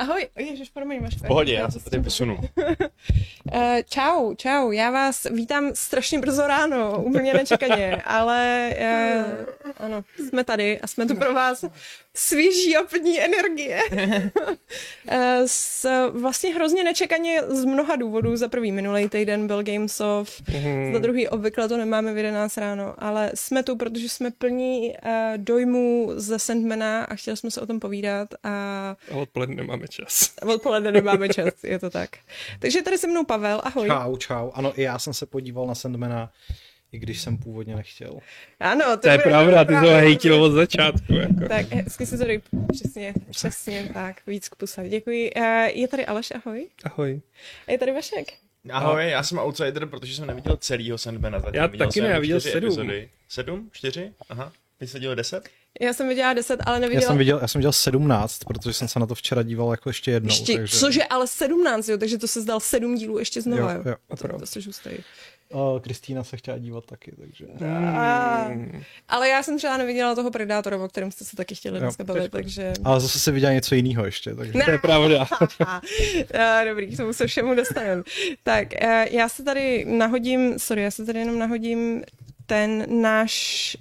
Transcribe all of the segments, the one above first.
Ahoj, ježiš, promiň, máš v pohodě, já se tady vysunu. Čau, já vás vítám strašně brzo ráno, úplně nečekaně, ale ano, jsme tady a jsme tu pro vás svěží a plní energie. Vlastně hrozně nečekaně z mnoha důvodů. Za prvý minulý týden byl Gamesoft, za druhý obvykle to nemáme v 11 ráno, ale jsme tu, protože jsme plní dojmů ze Sandmana a chtěli jsme se o tom povídat. A odpoledne nemáme čas. Odpoledne nemáme čas, je to tak. Takže tady se mnou Pavel, ahoj. Čau. Ano, i já jsem se podíval na Sandmana, i když jsem původně nechtěl. Ano, to je pravda, ty to hejtil od začátku. Jako. Tak, hezky si to dej, přesně, tak, víc k puse. Děkuji. Je tady Aleš, ahoj. Ahoj. Je tady Vašek. Ahoj, já jsem outsider, protože jsem neviděl celýho Sandmana. Já taky ne, já viděl 7. 7? 4? Aha. Ty jsi viděl 10? Já jsem viděla 10, ale neviděla... Já jsem viděl 17, protože jsem se na to včera díval jako ještě jednou. Takže... Cože, ale 17, jo, takže to se zdal 7 dílů ještě znova, jo. To se žustej. Kristýna se chtěla dívat taky, takže... Ale já jsem třeba neviděla toho Predátora, o kterém jste se taky chtěli dneska bavit, takže... Ale zase se viděla něco jiného ještě, takže... To je pravda. Dobrý, k tomu se všemu dostaneme. Tak, já se tady jenom nahodím ten náš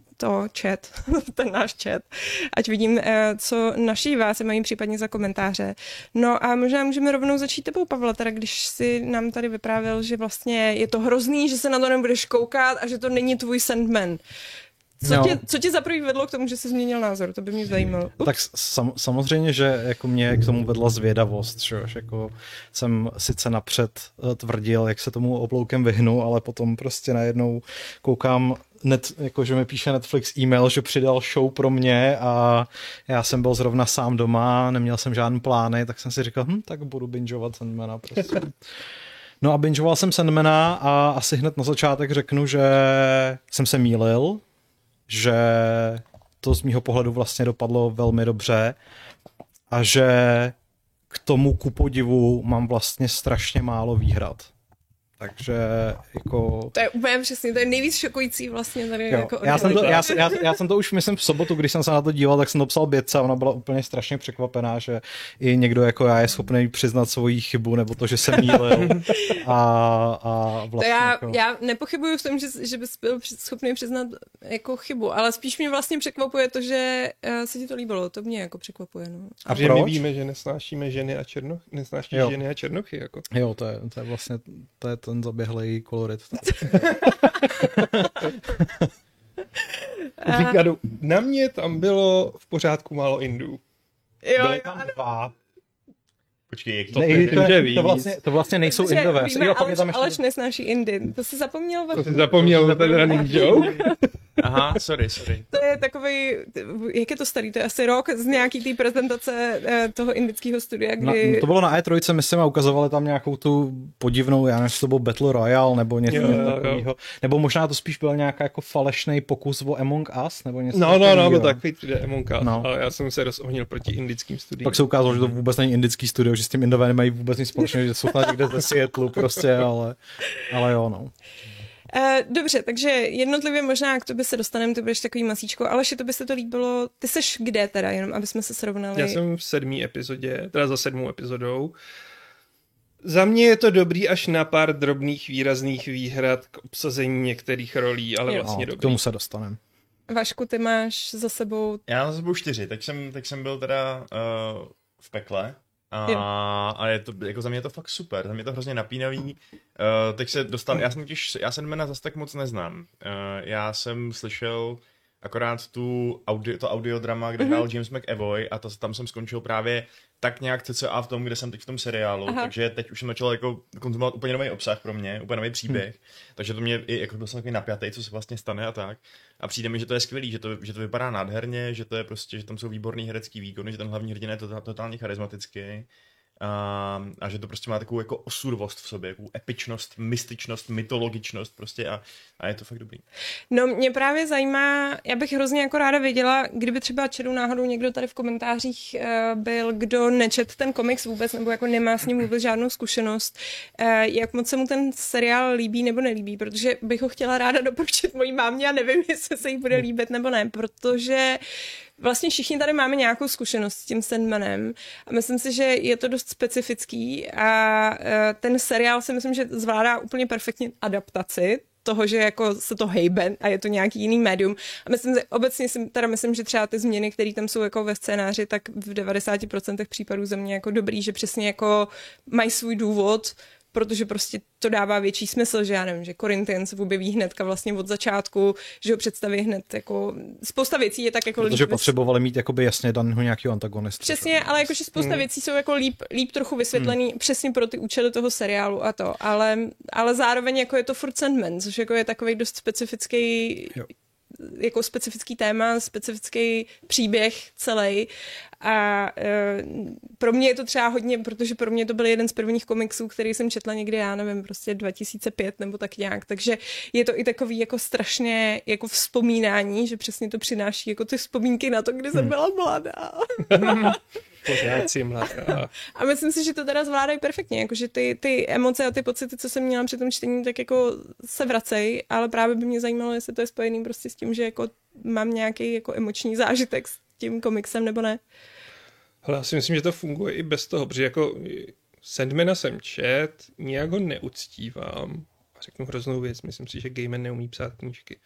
chat, ať vidím, co naši diváci mají případně za komentáře. No a možná můžeme rovnou začít tebou, Pavle, teda když si nám tady vyprávěl, že vlastně je to hrozný, že se na to nebudeš koukat a že to není tvůj Sandman. Co tě za prvý vedlo k tomu, že jsi změnil názor? To by mě zajímalo. Tak samozřejmě, že jako mě k tomu vedla zvědavost, že jako jsem sice napřed tvrdil, jak se tomu obloukem vyhnu, ale potom prostě najednou koukám, že mi píše Netflix e-mail, že přidal show pro mě a já jsem byl zrovna sám doma, neměl jsem žádný plány, tak jsem si říkal, tak budu bingeovat Sandmana prostě. No a bingeoval jsem Sandmana a asi hned na začátek řeknu, že jsem se mýlil, že to z mýho pohledu vlastně dopadlo velmi dobře a že k tomu ku podivu mám vlastně strašně málo výhrad. Takže jako... To je úplně přesně, to je nejvíc šokující vlastně tady. Jo, jako já jsem to už myslím v sobotu, když jsem se na to díval, tak jsem to psal Bětce a ona byla úplně strašně překvapená, že i někdo jako já je schopný přiznat svoji chybu nebo to, že jsem mýlil. A vlastně já nepochybuju v tom, že bys byl schopný přiznat jako chybu, ale spíš mě vlastně překvapuje to, že se ti to líbilo, to mě jako překvapuje. No. A že my víme, že nesnášíme ženy a černochy. Jako. Jo, to je vlastně ten zaběhlej kolorit. Říkadu, na mě tam bylo v pořádku málo Indů. Byly tam 2. Počkej, to vlastně nejsou Indové. Aleš nesnáší Indy. To jsi zapomněl? To jsi zapomněl na ten running joke? Aha, sorry. To je takový, jak je to starý, to je asi rok z nějaký té prezentace toho indického studia, kdy... To bylo na E3, myslím, a ukazovali tam nějakou tu podivnou, já nevím, jestli to byl Battle Royale, nebo něco takového. Nebo možná to spíš byl nějaký jako falešný pokus o Among Us, nebo něco takového. Byl takový 3D Among Us, ale já jsem se rozohnil proti indickým studiím. Pak se ukázalo, že to vůbec není indický studio, že s tím Indové nemají vůbec nic společného, že jsou tady někde ze Seattlu prostě, ale jo, no. Dobře, takže jednotlivě možná k tobě se dostaneme, ty budeš takový masíčko, ale to by se to líbilo. Ty seš kde teda, jenom aby jsme se srovnali? Já jsem v 7. epizodě, teda za 7. epizodou. Za mě je to dobrý až na pár drobných výrazných výhrad k obsazení některých rolí, ale vlastně dobrý. K tomu se dostaneme. Vašku, ty máš za sebou... Já mám za sebou 4, tak jsem byl teda v pekle. A je to, jako za mě je to fakt super, za mě je to hrozně napínavý. Teď se dostal, já jsem jména zase tak moc neznám. Já jsem slyšel akorát to audiodrama, kde hrál James McAvoy a tam jsem skončil právě tak nějak cca v tom, kde jsem teď v tom seriálu, takže teď už jsem začal jako konzumovat úplně nový obsah pro mě, úplně nový příběh, takže to mě i jako byl jsem takový napjatý, co se vlastně stane a tak. A přijde mi, že to je skvělý, že to vypadá nádherně, že to je prostě, že tam jsou výborný herecký výkony, že ten hlavní hrdina je totálně charismatický. A že to prostě má takovou jako osurvost v sobě, takovou epičnost, mystičnost, mytologičnost prostě a je to fakt dobrý. No mě právě zajímá, já bych hrozně jako ráda věděla, kdyby třeba četl náhodou někdo tady v komentářích byl, kdo nečet ten komiks vůbec, nebo jako nemá s ním vůbec žádnou zkušenost, jak moc se mu ten seriál líbí nebo nelíbí, protože bych ho chtěla ráda doporučit mojí mámě a nevím, jestli se jí bude líbit nebo ne, protože vlastně všichni tady máme nějakou zkušenost s tím Sandmanem a myslím si, že je to dost specifický a ten seriál si myslím, že zvládá úplně perfektně adaptaci toho, že jako se to hejbe a je to nějaký jiný médium. A myslím, že obecně myslím, že třeba ty změny, které tam jsou jako ve scénáři, tak v 90% případů za mě jako dobrý, že přesně jako mají svůj důvod, protože prostě to dává větší smysl, že já nevím, že Corinthians se objeví hnedka vlastně od začátku, že ho představí hned jako spousta věcí je tak jako protože potřebovali mít jakoby jasně daného nějakého antagonistu. Přesně, ale jakože spousta věcí jsou jako líp trochu vysvětlený přesně pro ty účely toho seriálu a to, ale zároveň jako je to furt Sandman, což jako je takový dost specifický jako specifický téma, specifický příběh celý a pro mě je to třeba hodně, protože pro mě to byl jeden z prvních komiksů, který jsem četla někdy, já nevím, prostě 2005 nebo tak nějak, takže je to i takový jako strašně jako vzpomínání, že přesně to přináší jako ty vzpomínky na to, kdy jsem byla mladá. Pořád si mladá. A myslím si, že to teda zvládají perfektně, jakože ty emoce a ty pocity, co jsem měla při tom čtení, tak jako se vracejí, ale právě by mě zajímalo, jestli to je spojený prostě s tím, že jako mám nějaký jako emoční zážitek s tím komiksem, nebo ne. Hele, já si myslím, že to funguje i bez toho, protože jako Sandmana jsem čet, nijak ho neuctívám. A řeknu hroznou věc, myslím si, že Gaiman neumí psát knížky.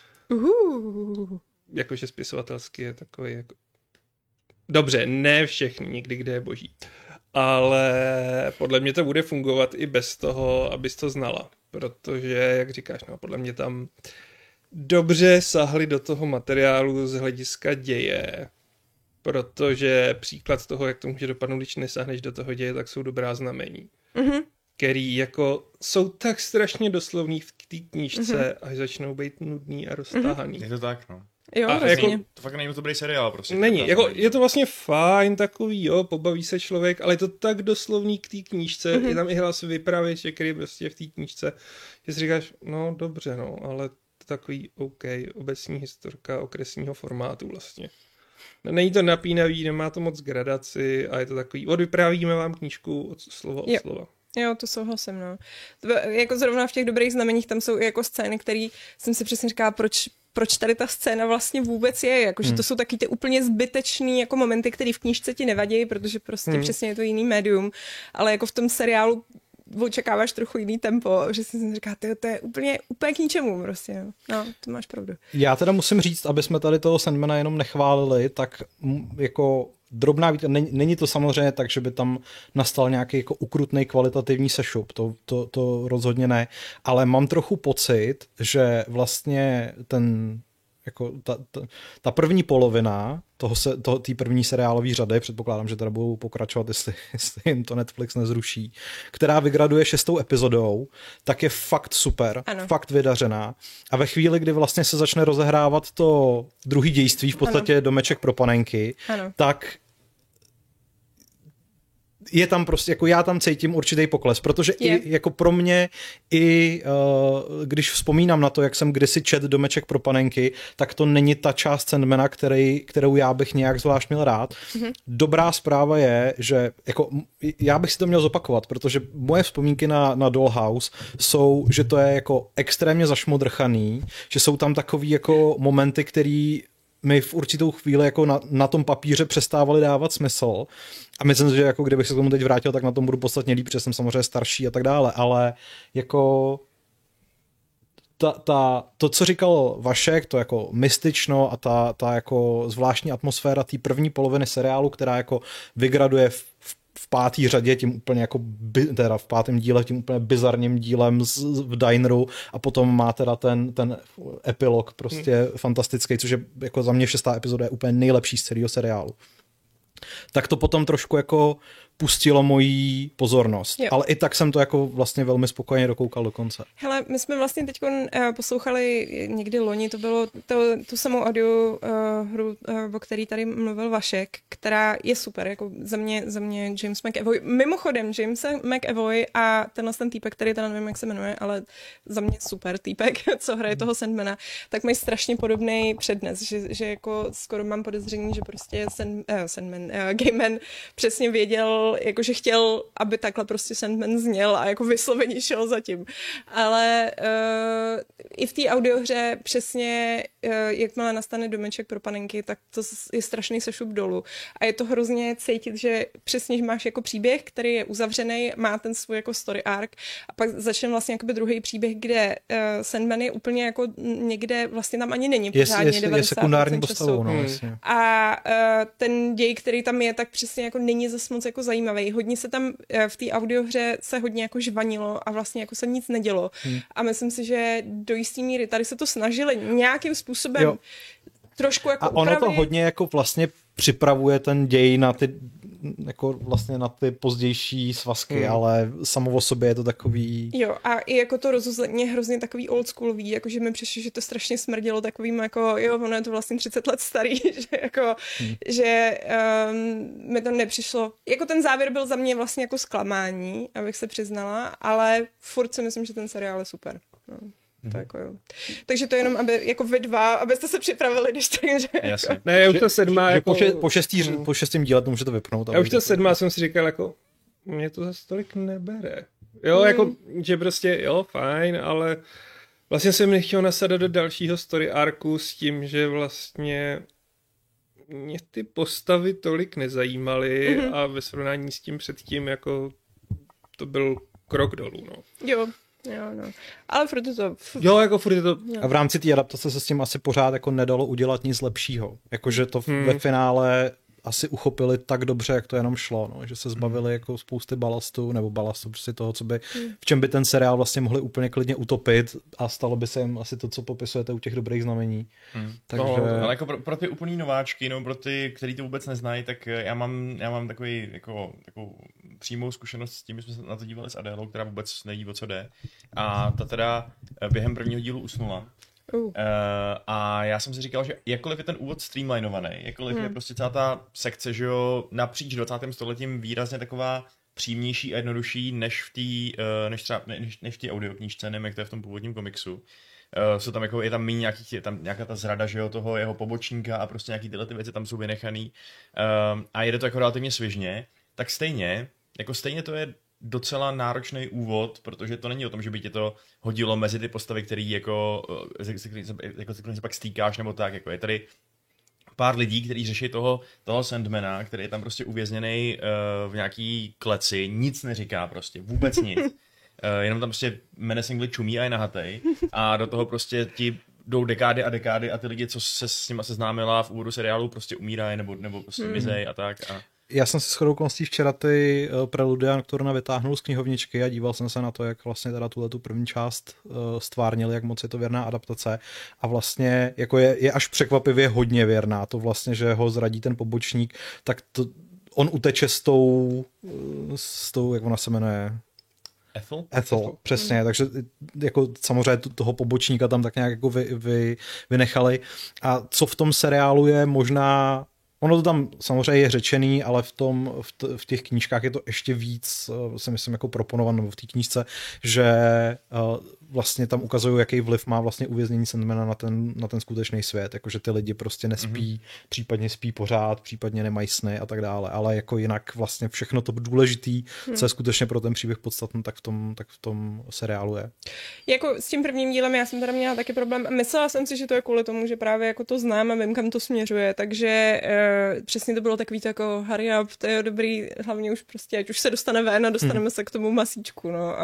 Jakože spisovatelsky je takový jako... Dobře, ne všechny, někdy kde je boží. Ale podle mě to bude fungovat i bez toho, abys to znala. Protože, jak říkáš, no, podle mě tam dobře sahli do toho materiálu z hlediska děje. Protože příklad toho, jak to může dopadnout, když nesáhneš do toho děje, tak jsou dobrá znamení. Který jako jsou tak strašně doslovný v té knížce, až začnou být nudný a roztáhaný. Je to tak, no. Jo, a jako, to fakt není dobrý seriál, prostě. Není, jako, je to vlastně fajn takový, jo, pobaví se člověk, ale je to tak doslovný k té knížce, je tam i hlas vypravěče, který prostě v té knížce, že si říkáš, no dobře, no, ale takový OK, obecní historka okresního formátu vlastně. Není to napínavý, nemá to moc gradaci a je to takový, odvyprávíme vám knížku od slova od slova. Jo, to souhlasím, no. Jako zrovna v těch dobrých znameních tam jsou jako scény, které jsem si přesně říkala, proč tady ta scéna vlastně vůbec je, jakože to jsou taky ty úplně zbytečný jako momenty, které v knížce ti nevadí, protože prostě přesně je to jiný médium, ale jako v tom seriálu očekáváš trochu jiný tempo, že si říká, to je úplně k ničemu prostě, no, to máš pravdu. Já teda musím říct, aby jsme tady toho Sandmana jenom nechválili, tak jako drobná výtka, není to samozřejmě tak, že by tam nastal nějaký jako ukrutný kvalitativní sešup, to rozhodně ne, ale mám trochu pocit, že vlastně ten jako ta první polovina té první seriálové řady, předpokládám, že teda budou pokračovat, jestli jim to Netflix nezruší, která vygraduje 6. epizodou, tak je fakt super, fakt vydařená. A ve chvíli, kdy vlastně se začne rozehrávat to druhý dějství, v podstatě domeček pro panenky, tak je tam prostě, jako já tam cítím určitý pokles, protože i jako pro mě, i když vzpomínám na to, jak jsem kdysi čet domeček pro panenky, tak to není ta část Sandmana, kterou já bych nějak zvlášť měl rád. Dobrá zpráva je, že jako já bych si to měl zopakovat, protože moje vzpomínky na Dollhouse jsou, že to je jako extrémně zašmodrchaný, že jsou tam takový jako momenty, který mi v určitou chvíli jako na tom papíře přestávali dávat smysl. A myslím, že jako kdybych se k tomu teď vrátil, tak na tom budu podstatně líp, protože jsem samozřejmě starší a tak dále, ale jako to, co říkal Vašek, to jako mystično a ta jako zvláštní atmosféra té první poloviny seriálu, která jako vygraduje v pátý řadě tím úplně jako, teda v pátém díle tím úplně bizarním dílem v dineru a potom má teda ten epilog prostě fantastický, což je jako za mě 6. epizoda je úplně nejlepší z celého seriálu. Tak to potom trošku jako pustilo mojí pozornost. Jo. Ale i tak jsem to jako vlastně velmi spokojeně dokoukal do konce. Hele, my jsme vlastně teď poslouchali někdy loni, to bylo tu samou audio hru, o který tady mluvil Vašek, která je super, jako za mě James McAvoy. Mimochodem, James McAvoy a ten týpek, který teda nevím, jak se jmenuje, ale za mě super týpek, co hraje toho Sandmana, tak mají strašně podobný přednes, že jako skoro mám podezření, že prostě Gaiman přesně věděl, měl, jakože chtěl, aby takhle prostě Sandman zněl a jako vysloveně šel za tím. Ale i v té audiohře přesně, jakmile nastane domeček pro panenky, tak to je strašný sešup dolů. A je to hrozně cítit, že přesně že máš jako příběh, který je uzavřený, má ten svůj jako story arc a pak začne vlastně jakoby druhý příběh, kde Sandman je úplně jako někde, vlastně tam ani není pořádně 90% je sekundární postavou, no, a ten děj, který tam je, tak přesně jako není zase moc jako zajímavý. Hodně se tam v té audiohře se hodně jako žvanilo a vlastně jako se nic nedělo. A myslím si, že do jistý míry tady se to snažili nějakým způsobem trošku jako a ono upravit. to hodně jako vlastně připravuje ten děj na ty jako vlastně na ty pozdější svazky, ale samo o sobě je to takový... Jo, a i jako to rozuzlení je hrozně takový oldschoolový, jakože mi přišlo, že to strašně smrdělo takovým jako, ono je to vlastně 30 let starý, že jako, že mi to nepřišlo. Jako ten závěr byl za mě vlastně jako zklamání, abych se přiznala, ale furt si myslím, že ten seriál je super. No. To jako jo. Takže to jenom, aby jako vy dva, abyste se připravili, když to je, že... Jasně. Ne, já už to 7. Jako... Po šestým díle to můžete vypnout. Já už to 7. jsem si říkal, jako mě to zase tolik nebere. Jo, jako, že prostě, jo, fajn, ale vlastně jsem nechtěl nasadat do dalšího story arku s tím, že vlastně mě ty postavy tolik nezajímaly a ve srovnání s tím předtím, jako to byl krok dolů, no. Jo, no. Ale furt je to... Jo, jako furt je to... A v rámci té adaptace se s tím asi pořád jako nedalo udělat nic lepšího. Jakože to ve finále asi uchopili tak dobře, jak to jenom šlo, no, že se zbavili jako spousty balastu, prostě toho, co by, v čem by ten seriál vlastně mohli úplně klidně utopit a stalo by se jim asi to, co popisujete u těch dobrých znamení. Takže... Ale jako pro ty úplný nováčky, no, pro ty, kteří to vůbec neznají, tak já mám takový, takovou přímou zkušenost s tím, že jsme se na to dívali s Adélou, která vůbec neví, o co jde. A ta teda během prvního dílu usnula. A já jsem si říkal, že jakkoliv je ten úvod streamlinovaný, jakkoliv je prostě celá ta sekce, že jo, napříč 20. stoletím výrazně taková příjemnější a jednodušší než v té audioknížce, nevím, jak to je v tom původním komiksu. Jsou tam jako, je tam nějaká ta zrada, že jo, toho jeho pobočníka a prostě nějaký tyhle ty věci tam jsou vynechaný. A jede to jako relativně svižně, tak stejně to je docela náročný úvod, protože to není o tom, že by tě to hodilo mezi ty postavy, který jako se pak stýkáš nebo tak, jako je tady pár lidí, kteří řeší toho Sandmana, který je tam prostě uvězněný v nějaký kleci, nic neříká prostě, vůbec nic. Jenom tam prostě menacingly čumí a je nahatej a do toho prostě ti jdou dekády a dekády a ty lidi, co se s nima seznámila v úvodu seriálu, prostě umírají nebo prostě mizej a tak. Já jsem si shodou okolností včera ty preludia Nocturna vytáhnul z knihovničky a díval jsem se na to, jak vlastně teda tu první část stvárnili, jak moc je to věrná adaptace a vlastně jako je až překvapivě hodně věrná. To vlastně, že ho zradí ten pobočník, tak to, on uteče s tou, jak ona se jmenuje? Ethel, přesně, takže jako samozřejmě toho pobočníka tam tak nějak jako vynechali. A co v tom seriálu je možná, ono to tam samozřejmě je řečený, ale v těch knížkách je to ještě víc, si myslím, jako proponované, nebo v té knížce, že vlastně tam ukazují, jaký vliv má vlastně uvěznění Sandmana na ten skutečný svět, jakože ty lidi prostě nespí, případně spí pořád, případně nemají sny a tak dále, ale jako jinak vlastně všechno to důležitý, co je skutečně pro ten příběh podstatný, tak v tom seriálu je. Jako s tím prvním dílem já jsem teda měla taky problém. Myslela jsem si, že to je kvůli tomu, že právě jako to znám a vím, kam to směřuje, takže přesně to bylo takový to jako hurry up, to je dobrý, hlavně už prostě, ať už se dostane ven a dostaneme se k tomu masíčku, no.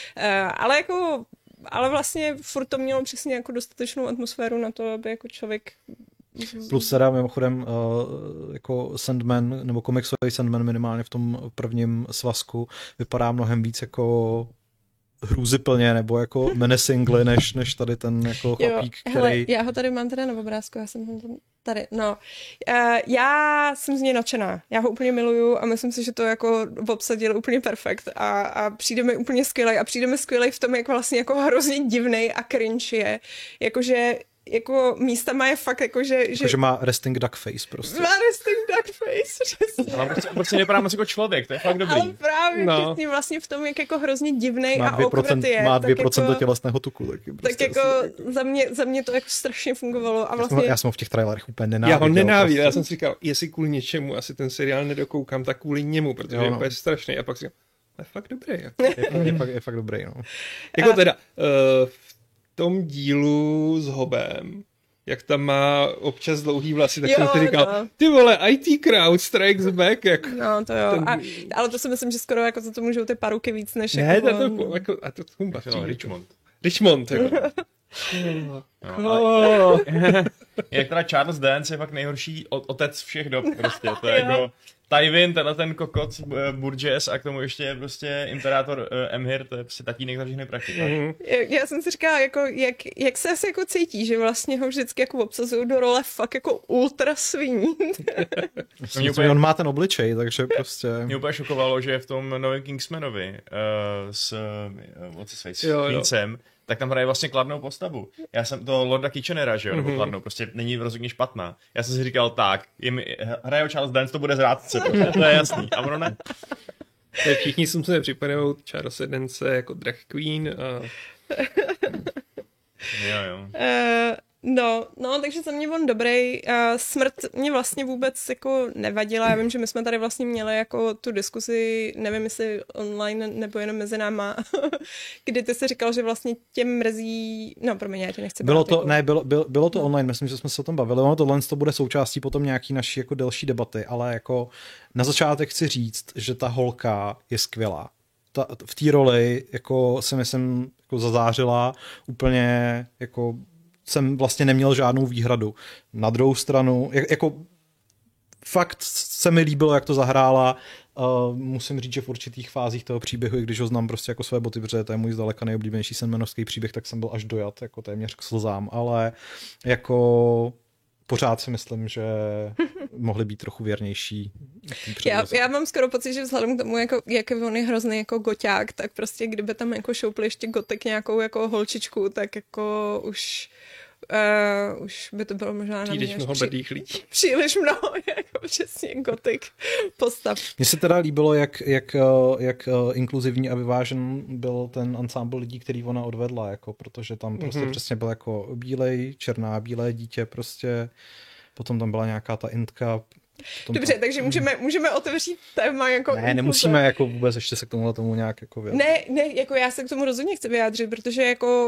Ale vlastně furt to mělo přesně jako dostatečnou atmosféru na to, aby jako člověk... Plus teda mimochodem jako Sandman, nebo komiksový Sandman minimálně v tom prvním svazku vypadá mnohem víc jako hrůzyplně nebo jako menacingly, než tady ten jako chlapík, který... Hele, já ho tady mám teda na obrázku, já jsem tady, no. Já jsem z něj nadšená, já ho úplně miluju a myslím si, že to jako obsadil úplně perfekt a přijde mi úplně skvělej a přijde mi skvělej v tom, jak vlastně jako hrozně divnej a cringe je, jakože jako místama je fakt jako, že má resting duck face prostě. Má resting duck face, Přesně. Ale prostě nevypadá moc jako člověk, to je fakt dobrý. Ale právě přesně vlastně v tom, jak jako hrozně divnej a awkward je. Má 2% jako, tělesného tuku. Taky prostě tak jako za mě to jako strašně fungovalo. A vlastně... Já jsem ho v těch trailerech úplně nenáviděl. Já ho nenáviděl, prostě. Já jsem si říkal, jestli kvůli něčemu asi ten seriál nedokoukám, tak kvůli němu, protože je úplně strašný. A pak si říkal, je fakt dobrý. Je fakt dobrý, no. Jako teda, v tom dílu s Hobem, jak tam má občas dlouhý vlasy, tak jsem si říkal, ty vole, IT crowd strikes back. Jako no to jo, ale to si myslím, že skoro jako za to můžou ty paruky víc než ne, jako... a to patří. Richmond. Jako. Jak teda Charles Dance je fakt nejhorší otec všech dob prostě, to je jako Tywin, tenhle ten kokot Burgess a k tomu ještě prostě imperátor Emhyr, to je prostě tatínek za všechny prachy. Já jsem si říkala, jako, jak se asi jako cítí, že vlastně ho vždycky jako obsazují do role fakt jako ultra sviní. On má ten obličej, takže prostě... Mě úplně šokovalo, že v tom novém Kingsmanovi s Fincem, tak tam hraje vlastně kladnou postavu. Já jsem to Lorda Kitchenera, že jo, nebo kladnou, prostě není rozhodně špatná. Já jsem si říkal, tak, hraje Charles Dance, to bude zrádce, prostě, to je jasný, a ono ne. Tak všichni si musíme připadat Charles Dance jako drag queen a... Jo. No, takže za mě on dobrý. Smrt mě vlastně vůbec jako nevadila. Já vím, že my jsme tady vlastně měli jako tu diskusi, nevím, jestli online nebo jenom mezi náma, kdy ty jsi říkal, že vlastně tě mrzí... No, promiň, já tě nechci bylo to online, myslím, že jsme se o tom bavili. Ono tohle to bude součástí potom nějaký naší jako delší debaty, ale jako na začátek chci říct, že ta holka je skvělá. V té roli jako si myslím jako zazářila úplně jako jsem vlastně neměl žádnou výhradu. Na druhou stranu, jako fakt se mi líbilo, jak to zahrála. Musím říct, že v určitých fázích toho příběhu, i když ho znám prostě jako své boty, protože to je můj zdaleka nejoblíbenější sandmanovský příběh, tak jsem byl až dojat, jako téměř k slzám, ale jako pořád si myslím, že mohli být trochu věrnější. Já mám skoro pocit, že vzhledem k tomu, jak on je hrozný jako goťák, tak prostě kdyby tam jako šoupli ještě gotek nějakou jako holčičku, tak jako už by to bylo možná na mě příliš mnoho, jako přesně gotik postav. Mně se teda líbilo, jak inkluzivní a vyvážen byl ten ansámbl lidí, který ona odvedla, jako, protože tam prostě přesně byl jako bílé dítě, prostě potom tam byla nějaká ta intka. Dobře, takže můžeme otevřít téma jako ne, nemusíme jako vůbec ještě se k tomu nějak jako vyjádřit. Ne, jako já se k tomu rozhodně chci vyjádřit, protože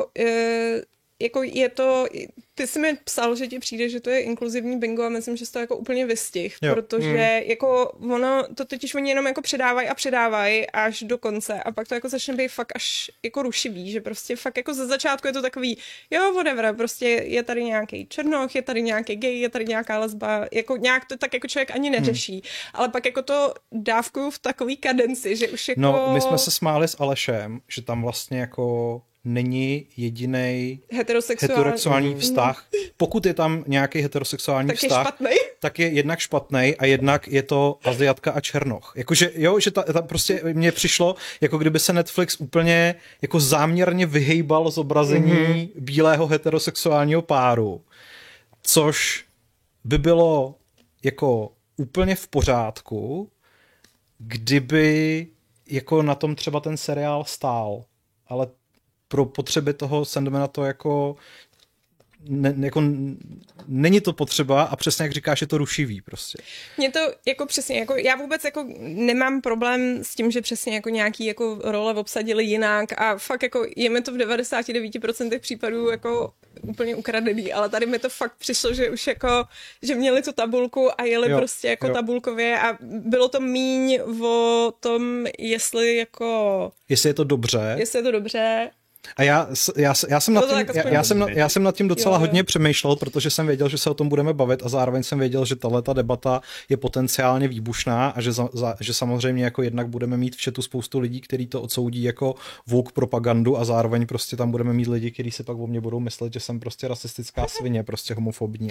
jako je to, ty jsi mi psal, že ti přijde, že to je inkluzivní bingo a myslím, že jsi to jako úplně vystih, protože jako ono, to totiž oni jenom jako předávají až do konce a pak to jako začne být fakt až jako rušivý, že prostě fakt jako ze začátku je to takový, jo, whatever, prostě je tady nějaký černoch, je tady nějaký gay, je tady nějaká lesba, jako nějak to tak jako člověk ani neřeší, ale pak jako to dávkuju v takový kadenci, že už jako... No, my jsme se smáli s Alešem, že tam vlastně jako není jedinej heterosexuální vztah. Pokud je tam nějaký heterosexuální vztah, tak je jednak špatnej a jednak je to Aziatka a černoch. Jakože, jo, že ta prostě mně přišlo, jako kdyby se Netflix úplně jako záměrně vyhejbal zobrazení bílého heterosexuálního páru, což by bylo jako úplně v pořádku, kdyby jako na tom třeba ten seriál stál. Ale pro potřeby toho Sandmana to jako není to potřeba a přesně jak říkáš, je to rušivý prostě. Mě to jako přesně, jako já vůbec jako nemám problém s tím, že přesně jako nějaký jako role obsadili jinak a fakt jako je mi to v 99% případů jako úplně ukradený, ale tady mi to fakt přišlo, že už jako, že měli tu tabulku a jeli prostě jako tabulkově a bylo to míň o tom, jestli je to dobře. A já jsem nad tím docela hodně přemýšlel, protože jsem věděl, že se o tom budeme bavit a zároveň jsem věděl, že tato debata je potenciálně výbušná a že samozřejmě jako jednak budeme mít v chatu spoustu lidí, kteří to odsoudí jako woke propagandu a zároveň prostě tam budeme mít lidi, kteří si pak o mě budou myslet, že jsem prostě rasistická svině, prostě homofobní.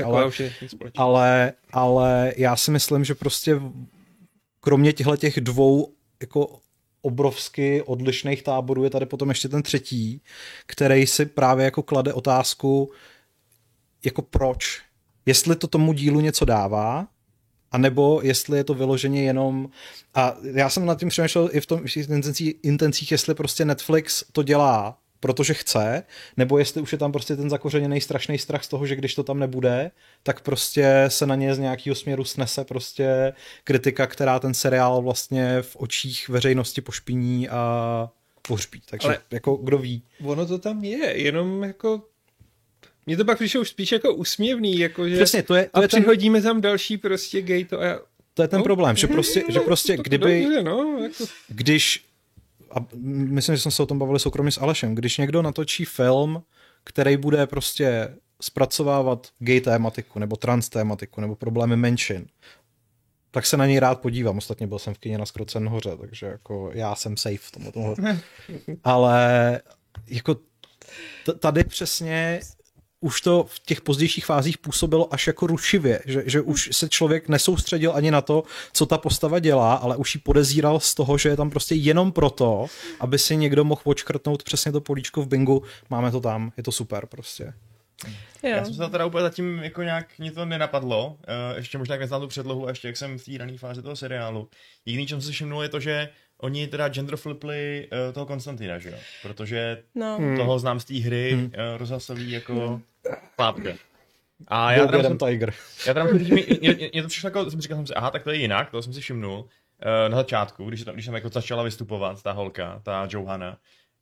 Ale já si myslím, že prostě kromě těch dvou jako obrovsky odlišných táborů je tady potom ještě ten třetí, který si právě jako klade otázku jako proč. Jestli to tomu dílu něco dává, A nebo jestli je to vyloženě jenom, a já jsem nad tím přemýšlel i v tom intencích, jestli prostě Netflix to dělá, protože chce, nebo jestli už je tam prostě ten zakořeněný strašný strach z toho, že když to tam nebude, tak prostě se na ně z nějakého směru snese prostě kritika, která ten seriál vlastně v očích veřejnosti pošpiní a pohřbí. Takže ale jako kdo ví. Ono to tam je, jenom jako mně to pak přišlo už spíš jako úsměvný, jako že přesně, to je přihodíme tam další prostě gay to a já... To je ten problém, že prostě kdyby, dobře, no, jako... když, a myslím, že jsme se o tom bavili soukromně s Alešem, když někdo natočí film, který bude prostě zpracovávat gay tématiku, nebo trans tématiku, nebo problémy menšin, tak se na něj rád podívám. Ostatně byl jsem v kině na Zkrocen hoře, takže jako já jsem safe v tomhle. Ale jako tady přesně už to v těch pozdějších fázích působilo až jako rušivě, že už se člověk nesoustředil ani na to, co ta postava dělá, ale už ji podezíral z toho, že je tam prostě jenom proto, aby si někdo mohl odškrtnout přesně to políčko v bingu, máme to tam, je to super prostě. Jo. Já jsem se teda úplně zatím jako nějak mě to nenapadlo, ještě možná jak neznám tu předlohu, ještě jak jsem v té rané fázi toho seriálu. Jediný, čem se všimnul, je to, že oni teda genderflipli toho Konstantina, že jo? Protože toho znám z té hry rozhlasový jako plápka. A já teda mě to přišlo jako, jsem říkal, aha, tak to je jinak, to jsem si všimnul na začátku, když tam jako začala vystupovat ta holka, ta Johanna.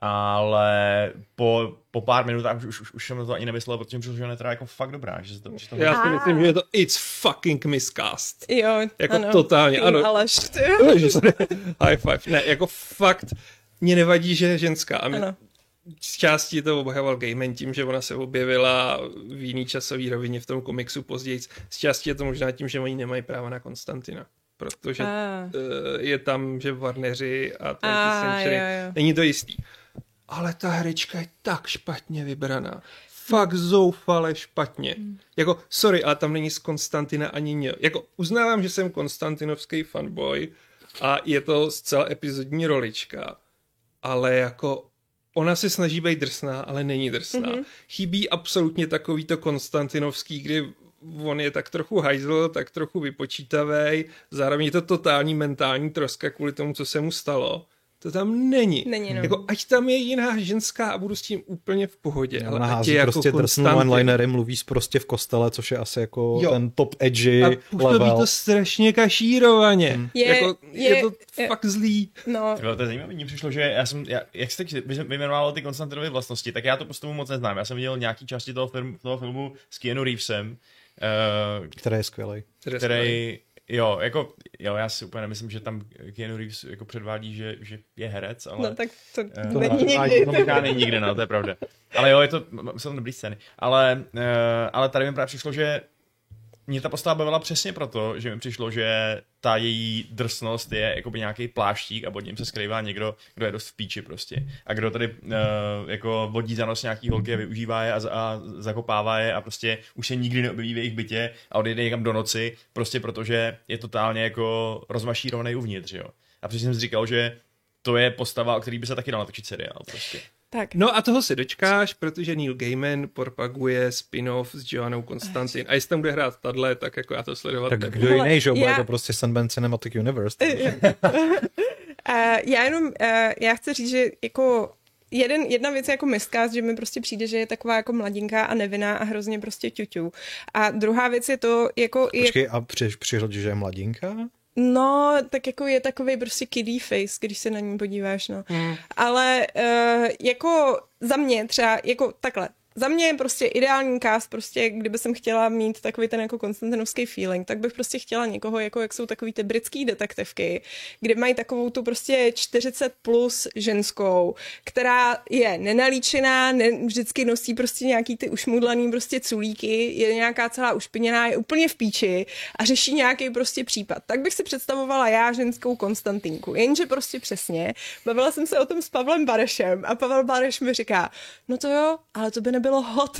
Ale po pár minutách už jsem to ani nemyslel, protože mi přišlo, že ona je teda jako fakt dobrá. Že to já si myslím, že je to it's fucking miscast. Jo, jako ano. Totálně, ano. Aleš, High five. Ne, jako fakt mě nevadí, že je ženská. A mě z části to obhajoval Gaiman tím, že ona se objevila v jiný časový rovině v tom komiksu později. Z části je to možná tím, že oni nemají práva na Konstantina. Protože je tam, že Warneri a 20th Century. Není to jistý. Ale ta herečka je tak špatně vybraná. Fakt zoufale špatně. Jako, sorry, ale tam není z Konstantina ani něj. Jako, uznávám, že jsem konstantinovský fanboy a je to zcela epizodní rolička. Ale jako, ona se snaží být drsná, ale není drsná. Chybí absolutně takový to konstantinovský, kdy on je tak trochu hajzl, tak trochu vypočítavej, zároveň je to totální mentální troska kvůli tomu, co se mu stalo. To tam není. Jako, ať tam je jiná ženská a budu s tím úplně v pohodě. Ale ať je jako prostě drsnou one-linery, mluví prostě v kostele, což je asi jako ten top edgy level. A působí to strašně kašírovaně. Je to fakt zlý. No. To je zajímavé, mně přišlo, že jak jste vyjmenoval ty Konstantinovy vlastnosti, tak já to postavu moc neznám. Já jsem viděl nějaký části toho filmu s Keanu Reevesem. Který je skvělej. Jo, já si úplně nemyslím, že tam Keanu Reeves jako předvádí, že je herec, ale... No tak to není nikdy. To možná není nikdy, no, to je pravda. Ale jo, jsou to dobrý scény. Ale tady mi právě přišlo, že mě ta postava bavila přesně proto, že mi přišlo, že ta její drsnost je jakoby nějaký pláštík a pod ním se skrývá někdo, kdo je dost v píči prostě. A kdo tady jako vodí za nos nějaký holky a využívá je a zakopává je a prostě už se nikdy neobjeví v jejich bytě a odejde někam do noci, prostě protože je totálně jako rozmašírovaný uvnitř, jo. A přesně jsem si říkal, že to je postava, o který by se taky dal natočit seriál prostě. Tak. No a toho si dočkáš, protože Neil Gaiman propaguje spin-off s Joannou Konstantin. A jestli tam bude hrát tadle, tak jako já to sledovat. Tak kdo jiný, že bude to prostě Sandman Cinematic Universe. Já chci říct, že jako jedna věc je jako miscast, že mi prostě přijde, že je taková jako mladinká a nevinná a hrozně prostě ťuťu. A druhá věc je to jako... Počkej, a přihodí, že je mladinká? No, tak jako je takovej prostě kiddie face, když se na ní podíváš, no. Ale jako za mě třeba, jako takhle, za mě je prostě ideální cast, prostě kdyby jsem chtěla mít takový ten jako konstantinovský feeling, tak bych prostě chtěla někoho, jako jak jsou takový ty britský detektivky, kde mají takovou tu prostě 40 plus ženskou, která je nenalíčená, vždycky nosí prostě nějaký ty ušmudlaný prostě culíky, je nějaká celá ušpiněná, je úplně v píči a řeší nějaký prostě případ. Tak bych si představovala já ženskou Konstantinku, jenže prostě přesně, bavila jsem se o tom s Pavlem Barešem a Pavel Bareš mi říká, no to jo, ale to by nebyl bylo hot.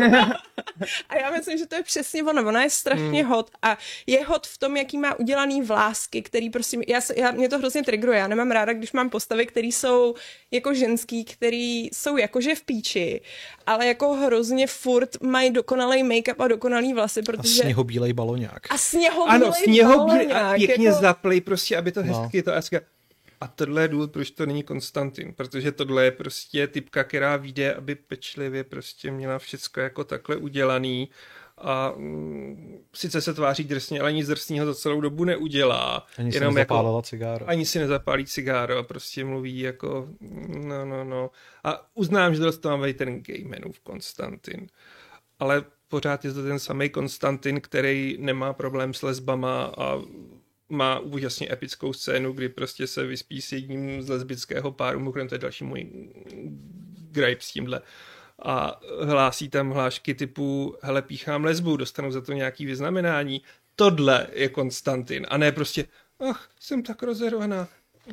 A já myslím, že to je přesně ono. Ona je strašně hot a je hot v tom, jaký má udělaný vlásky, který prostě, mě to hrozně triggeruje. Já nemám ráda, když mám postavy, které jsou jako ženský, který jsou jakože v píči, ale jako hrozně furt mají dokonalý make-up a dokonalý vlasy, protože... A sněhobílej baloňák. A sněhobílej baloňák. A pěkně jako... zaplej prostě, aby to hezky to... A tohle je důvod, proč to není Konstantin, protože tohle je prostě typka, která vyjde, aby pečlivě prostě měla všecko jako takhle udělaný a sice se tváří drsně, ale nic drsného za celou dobu neudělá. Ani si nezapálila cigáro. Ani si nezapálí cigáro a prostě mluví jako no. A uznám, že to má ten gaymanův Konstantin, ale pořád je to ten samý Konstantin, který nemá problém s lesbama a má úžasně epickou scénu, kdy prostě se vyspí s jedním z lesbického páru, mimochodem to je další můj gripe s tímhle. A hlásí tam hlášky typu, hele, píchám lesbu, dostanu za to nějaký vyznamenání. Tohle je Konstantin. A ne prostě, jsem tak rozervaná.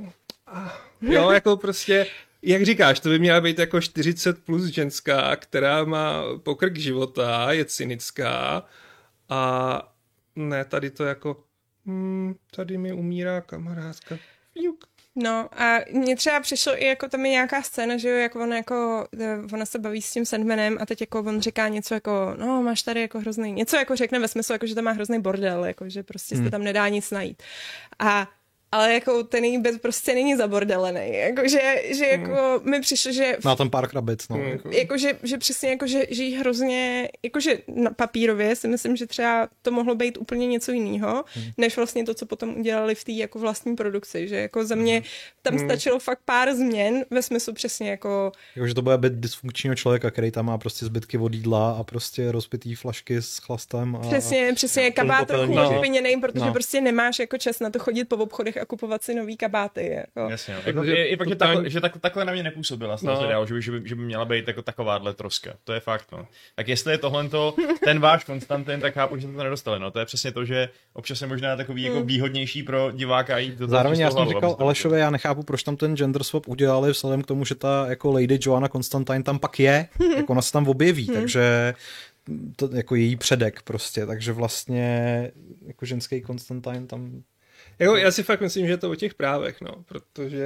Jo, jako prostě, jak říkáš, to by měla být jako 40 plus ženská, která má pokrk života, je cynická a ne, tady to jako tady mi umírá kamarádka. Fjuk. No a mně třeba přišlo i jako tam je nějaká scéna, že jo, jako ona se baví s tím Sandmanem a teď jako on říká něco jako, no máš tady jako hrozný, něco jako řekne ve smyslu, jako že tam má hrozný bordel, jako že prostě se tam nedá nic najít. Ale jako ten její byt prostě není zabordelený. Že jako mi přišlo, že... Má tam pár krabic, no. Že přesně jako, že jí hrozně... Jakože na papírově si myslím, že třeba to mohlo být úplně něco jiného, než vlastně to, co potom udělali v té jako vlastní produkci. Že jako za mě tam stačilo fakt pár změn ve smyslu přesně jako... Jakože to bude byt dysfunkčního člověka, který tam má prostě zbytky od jídla a prostě rozpitý flašky s chlastem. Přesně kabát trochu opěněnej, protože prostě nemáš jako čas na to chodit po obchodech a kupovat si nový kabáty. Jako. Jasně, že takhle na mě nepůsobila že by měla být jako takováhle troska. To je fakt, no. Tak jestli je tohle ten váš Konstantin, tak chápu, že to nedostali. No. To je přesně to, že občas je možná takový jako výhodnější pro diváka jít do toho. Zároveň já jsem říkal Alešovi, já nechápu, proč tam ten gender swap udělali vzhledem k tomu, že ta jako Lady Joanna Constantine tam pak je, jako ona se tam objeví, takže to jako její předek prostě, takže vlastně jako ženský Konstantin tam... Jako, já si fakt myslím, že je to o těch právech, no, protože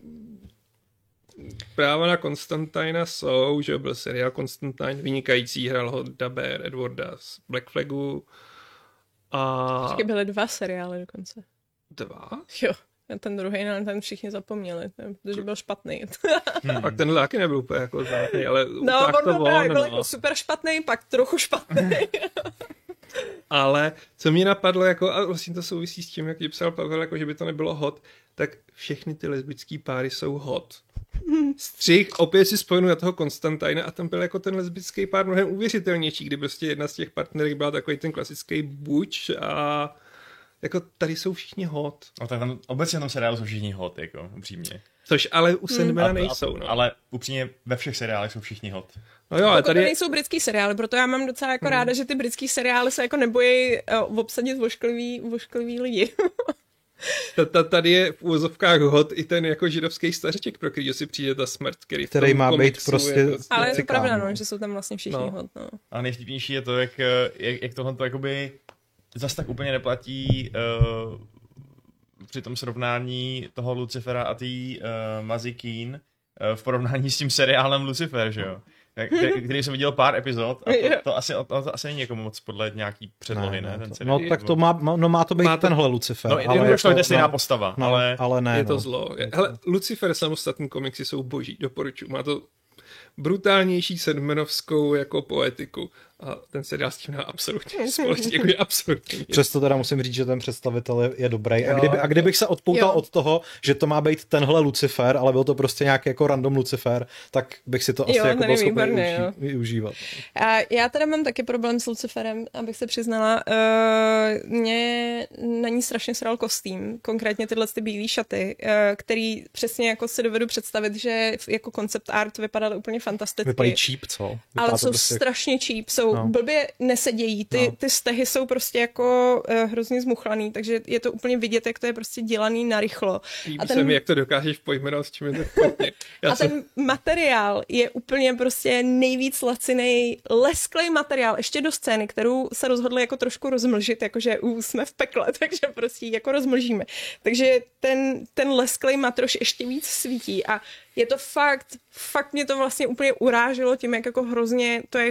práva na Konstantina jsou, že byl seriál Konstantin vynikající, hrál ho dabér Edwarda z Black Flagu a... Ještě byly 2 seriály dokonce. 2? Jo, ten druhý, ten všichni zapomněli, protože byl špatný. Pak tenhle taky nebyl úplně jako zátný, ale no, on byl jako super špatný, pak trochu špatný. Ale co mě napadlo, jako, a vlastně to souvisí s tím, jak ti psal Pavel, jako, že by to nebylo hot, tak všechny ty lesbický páry jsou hot. Střih, opět si spojenu na toho Konstantina a tam byl jako ten lesbický pár mnohem uvěřitelnější, kdy prostě jedna z těch partnerek byla takový ten klasický buč a jako tady jsou všichni hot. No tak tam obecně v tom seriálu jsou všichni hot, jako upřímně. Což ale u Sandmana nejsou, no. Ale upřímně ve všech seriálech jsou všichni hot. No jo, ale tady... To nejsou britský seriály, proto já mám docela jako ráda, že ty britský seriály se jako nebojí obsadit vošklivý lidi. Tady je v úvozovkách hot i ten jako židovský stařeček, pro který si přijde ta smrt, který má být prostě... Ale je to pravda, no, že jsou tam vlastně všichni hot, no. A nejvtipnější je to, jak tohle to jakoby zas tak úplně neplatí při tom srovnání toho Lucifera a té Mazzy Keen v porovnání s tím seriálem Lucifer, že jo? Který jsem viděl pár epizod a to asi není jako moc podle nějaký předlohy, ne? Ten no tak to má to být tenhle Lucifer. No, ale to je stejná postava, ale ne. Je to zlo. Hele, Lucifer samostatný komiksy jsou boží, doporučuji. Má to brutálnější Sandmanovskou jako poetiku. A ten seriál s tím má absolutně společně, jako je absolutně. Přesto teda musím říct, že ten představitel je dobrý. A kdybych se odpoutal od toho, že to má být tenhle Lucifer, ale byl to prostě nějaký jako random Lucifer, tak bych si to asi jako byl schopný využívat. A já teda mám taky problém s Luciferem, abych se přiznala. Mě na ní strašně sral kostým, konkrétně tyhle ty bílé šaty, který přesně jako si dovedu představit, že jako concept art vypadaly úplně fantasticky. Vypadají cheap, co? Ale jsou strašně cheap, jsou jsou, blbě nesedějí, ty stehy jsou prostě jako hrozně zmuchlaný, takže je to úplně vidět, jak to je prostě dělaný narychlo. Líbí se mi, jak to dokážeš pojmenovat, s čím je to špatně. Ten materiál je úplně prostě nejvíc lacinej, lesklej materiál, ještě do scény, kterou se rozhodli jako trošku rozmlžit, jakože jsme v pekle, takže prostě jako rozmlžíme. Takže ten lesklej matroš ještě víc svítí a je to fakt mě to vlastně úplně uráželo tím, jak jako hrozně to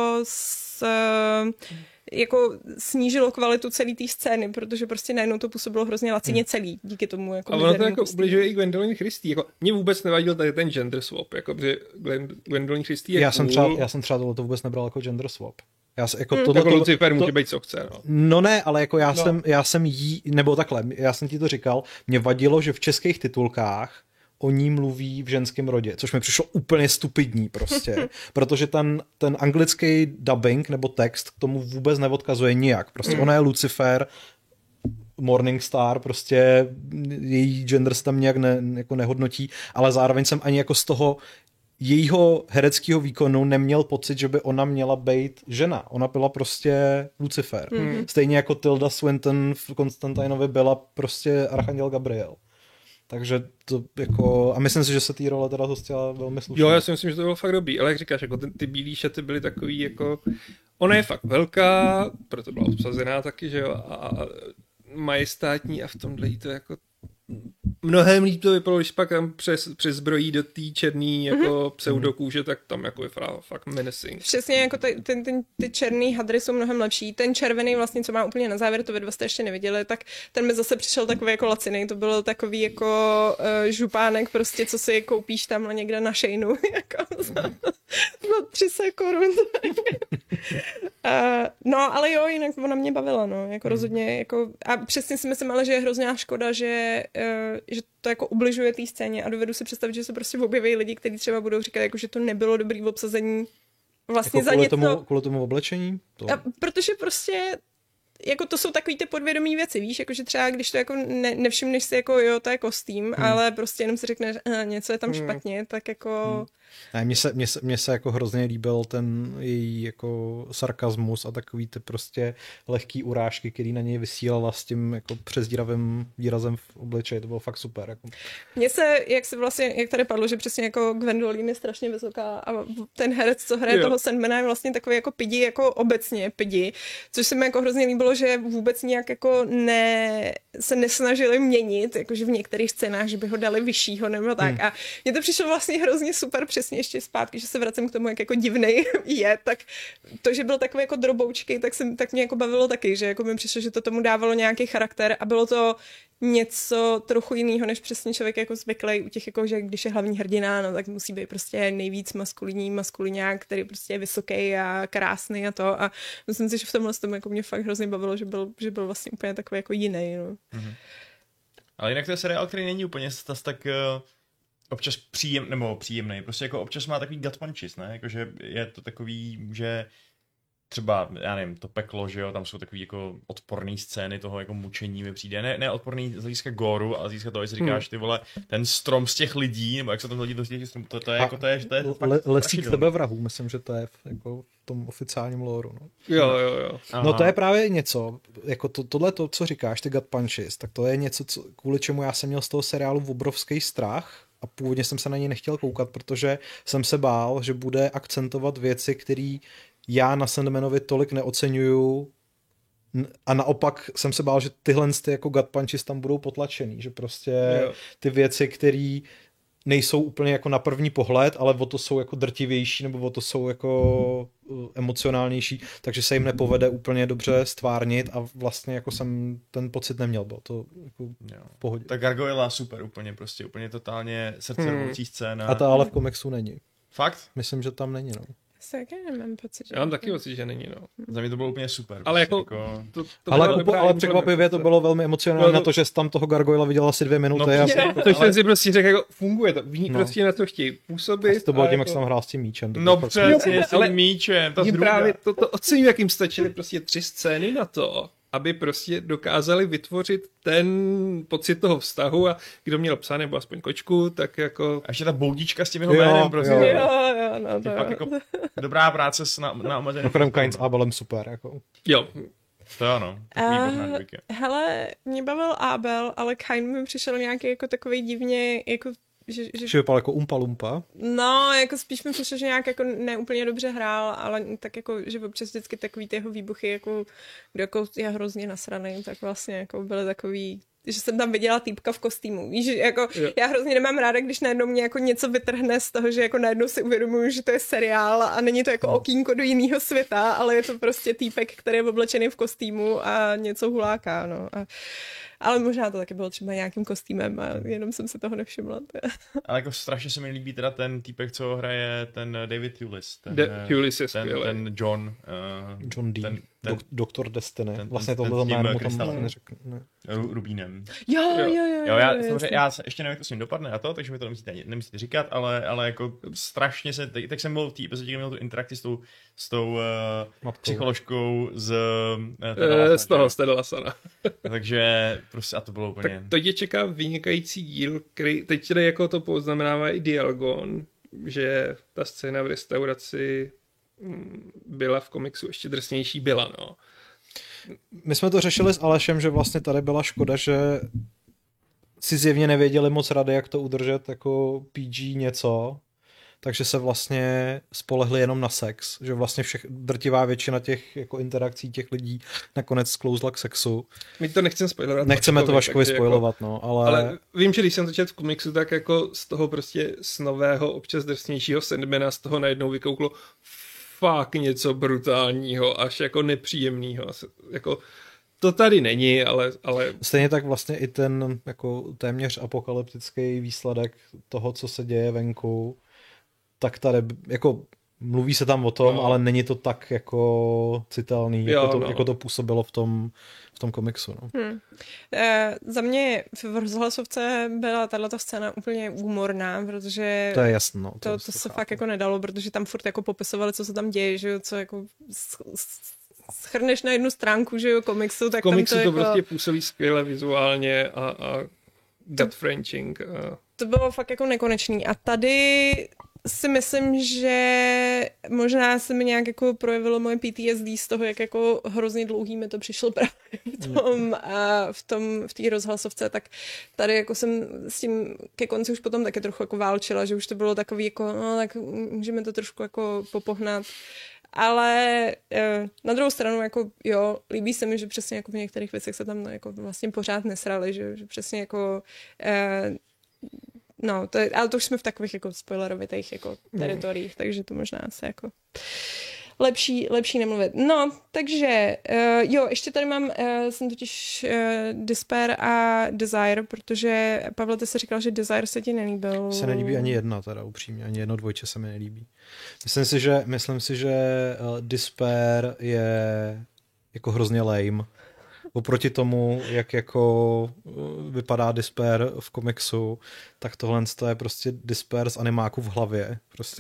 jako snížilo kvalitu celé té scény, protože prostě najednou to působilo hrozně lacině celý, díky tomu jako a ono to jako ubližuje i Gwendolyn Christie, jako mě vůbec nevadil tady ten gender swap, jako protože Gwendolyn Christie je cool. Já jsem třeba to vůbec nebral jako gender swap. Jako Lucifer může být co chce, no. No ne, ale jako já jsem nebo takhle, já jsem ti to říkal, mě vadilo, že v českých titulkách o ní mluví v ženském rodě, což mi přišlo úplně stupidní prostě, protože ten anglický dubbing nebo text k tomu vůbec neodkazuje nijak. Prostě ona je Lucifer, Morningstar, prostě její gender se tam nějak jako nehodnotí, ale zároveň jsem ani jako z toho jejího hereckého výkonu neměl pocit, že by ona měla být žena. Ona byla prostě Lucifer. Stejně jako Tilda Swinton v Konstantinovi byla prostě Archanděl Gabriel. Takže to jako, a myslím si, že se té role teda zhostila velmi slušně. Jo, já si myslím, že to bylo fakt dobrý, ale jak říkáš, jako ty bílý šaty byly takový jako, ona je fakt velká, proto byla obsazená taky, že jo, a majestátní a v tomhle jí to jako mnohem líp to vypadalo, když pak tam přes zbrojí do té černý jako pseudokůže, tak tam jako je fakt menacing. Přesně, jako ty černý hadry jsou mnohem lepší. Ten červený vlastně, co má úplně na závěr, to vy dva jste ještě neviděli, tak ten mi zase přišel takový jako lacinej. To byl takový jako župánek prostě, co si koupíš tamhle někde na Sheinu, jako za 300 korun. No, ale jo, jinak ona mě bavila, no, jako rozhodně, jako, a přesně si myslím, ale že je hrozná škoda, že to jako ubližuje té scéně a dovedu si představit, že se prostě objeví lidi, kteří třeba budou říkat, jako, že to nebylo dobrý v obsazení vlastně jako za něco. Kvůli tomu oblečení? Protože prostě jako to jsou takový ty podvědomí věci, víš, jakože třeba když to jako nevšimneš si jako jo, to je kostým, ale prostě jenom si řekneš, něco je tam špatně, tak jako... Ne, mně se jako hrozně líbil ten její jako sarkazmus a takový ty prostě lehký urážky, který na něj vysílala s tím jako přezdíravým výrazem v obličeji, to bylo fakt super. Jako. Mně se, jak tady padlo, že přesně jako Gwendolyn je strašně vysoká a ten herec, co hraje toho Sandmana, je vlastně takový jako pidi, jako obecně pidi, což se mi jako hrozně líbilo, že vůbec nějak jako se nesnažili měnit, jakože v některých scénách, že by ho dali vyššího nebo tak. A mně to přišlo vlastně hrozně super, přesně ještě zpátky, že se vracím k tomu, jak jako divnej je, tak to, že byl takový jako droboučkej, tak mě jako bavilo taky, že jako mi přišlo, že to tomu dávalo nějaký charakter a bylo to něco trochu jiného, než přesně člověk jako zvyklý u těch, jako, že když je hlavní hrdina, no tak musí být prostě nejvíc maskulinák, který prostě je vysoký a krásný a to a myslím si, že v tomhle tomu jako mě fakt hrozně bavilo, že byl vlastně úplně takový jako jiný, no. Ale jinak to je seriál, který není úplně tak občas příjemný, prostě jako občas má takový gut punches, ne, jakože je to takový, že třeba, já nevím, to peklo, že jo, tam jsou takový jako odporný scény toho jako mučení mi přijde, ne odporný z hlediska góru, ale z hlediska toho, jestli říkáš, ty vole, ten strom z těch lidí, nebo jak se tam lidi do těch stromů, to je lesík sebevrahů, myslím, že to je jako v tom oficiálním lóru, no. Jo. No to je právě něco, jako tohle, co říkáš, ty gut punches, tak to je něco, kvůli čemu já jsem měl z toho seriálu obrovský strach, a původně jsem se na něj nechtěl koukat, protože jsem se bál, že bude akcentovat věci, které já na Sandmanovi tolik neoceňuju a naopak jsem se bál, že tyhle jako gut punches tam budou potlačený, že prostě ty věci, které nejsou úplně jako na první pohled, ale o to jsou jako drtivější nebo o to jsou jako emocionálnější, takže se jim nepovede úplně dobře stvárnit a vlastně jako jsem ten pocit neměl, bylo to jako v pohodě. Ta Gargoyla super, úplně totálně srdcervoucí scéna. A ta ale v komiksu není. Fakt? Myslím, že tam není, no. Nemám pocit, Já mám taky pocit, že není, no. Za mě to bylo úplně super. Ale jako... Ale překvapivě to bylo velmi emocionální na to, že jsi tam toho Gargoyla viděl asi 2 minuty. To jsem si prostě řekl, jako funguje to. Ví prostě na to chtějí působit. To bylo tím, jak jsem hrál s tím míčem. No přesně, s tím míčem. Právě to ocením, jak jim stačily prostě 3 scény na to, aby prostě dokázali vytvořit ten pocit toho vztahu a kdo měl psa nebo aspoň kočku, tak jako... A ještě ta boudička s tím jeho jménem, prostě. Jo, no to Pak jako dobrá práce na omezený. Mimochodem Kain s Abelem super, jako. Jo. To ano. Hele, mě bavil Abel, ale Kain mi přišel nějaký jako takovej divně, jako že vypadal jako Umpa Lumpa. No, jako spíš mi přišlo, že nějak jako neúplně dobře hrál, ale tak jako, že občas vždycky takový ty jeho výbuchy, jako, kdo jako je hrozně nasraný, tak vlastně jako byly takový, že jsem tam viděla týpka v kostýmu. Víš, jako, já hrozně nemám ráda, když najednou mě jako něco vytrhne z toho, že jako najednou si uvědomuji, že to je seriál a není to jako okýnko do jiného světa, ale je to prostě týpek, který je oblečený v kostýmu a něco huláká, no. Ale možná to taky bylo třeba nějakým kostýmem a jenom jsem si toho nevšimla. Ale jako strašně se mi líbí teda ten týpek, co hraje ten David Hewlis. Hewlis je skvělý. Ten John. John D. Doktor Destiny. Vlastně ten tohle jméno tam neřekl. Ne. Rubínem. Jo, já ještě nevím, jak to s ním dopadne a to, takže mi to nemusíte říkat, ale jako strašně se, tak jsem byl v té epizodě, měl tu interakci s tou psycholožkou z toho Teda Lassana. Takže prostě a to bylo úplně... Tak to tě čeká vynikající díl, který teď tedy jako to poznamenává i Dialgon, že ta scéna v restauraci byla v komiksu ještě drsnější no. My jsme to řešili s Alešem, že vlastně tady byla škoda, že si zjevně nevěděli moc rady, jak to udržet jako PG něco, takže se vlastně spolehli jenom na sex, že vlastně drtivá většina těch jako interakcí těch lidí nakonec sklouzla k sexu. My to nechceme spoilovat. Nechceme to Vaškovi spoilovat, jako, no, ale vím, že když jsem to četl v komiksu, tak jako z toho prostě z nového, občas drsnějšího Sandmana z toho najednou vykouklo fakt něco brutálního, až jako nepříjemného. Jako to tady není, ale... Stejně tak vlastně i ten jako téměř apokalyptický výsledek toho, co se děje venku, tak tady jako mluví se tam o tom, ale není to tak jako citelný, jako to působilo v tom komiksu. No. Za mě v rozhlasovce byla tato scéna úplně úmorná, protože to je jasno. No, to se fakt jako nedalo, protože tam furt jako popisovali, co se tam děje, že jo, co jako schrneš na jednu stránku, že jo, komiksu, tak komiksu tam to jako... prostě působí skvěle vizuálně a gut-wrenching. To bylo fakt jako nekonečný. A tady si myslím, že možná se mi nějak jako projevilo moje PTSD z toho, jak jako hrozně dlouhý mi to přišlo právě v té rozhlasovce, tak tady jako jsem s tím ke konci už potom taky trochu jako válčila, že už to bylo takový jako, no tak můžeme to trošku jako popohnat. Ale na druhou stranu, jako jo, líbí se mi, že přesně jako v některých věcech se tam jako vlastně pořád nesrali, že přesně jako no, ale to už jsme v takových jako spoilerovitých jako teritoriích, takže to možná se jako lepší nemluvit. No, takže jo, ještě tady mám, jsem totiž Despair a Desire, protože Pavle, ty jsi říkal, že Desire se ti nelíbil. Se nelíbí ani jedna teda upřímně, ani jedno dvojče se mi nelíbí. Myslím si, že Despair je jako hrozně lame. Oproti tomu, jak jako vypadá Despair v komiksu, tak tohle je prostě Despair z animáku v hlavě. Prostě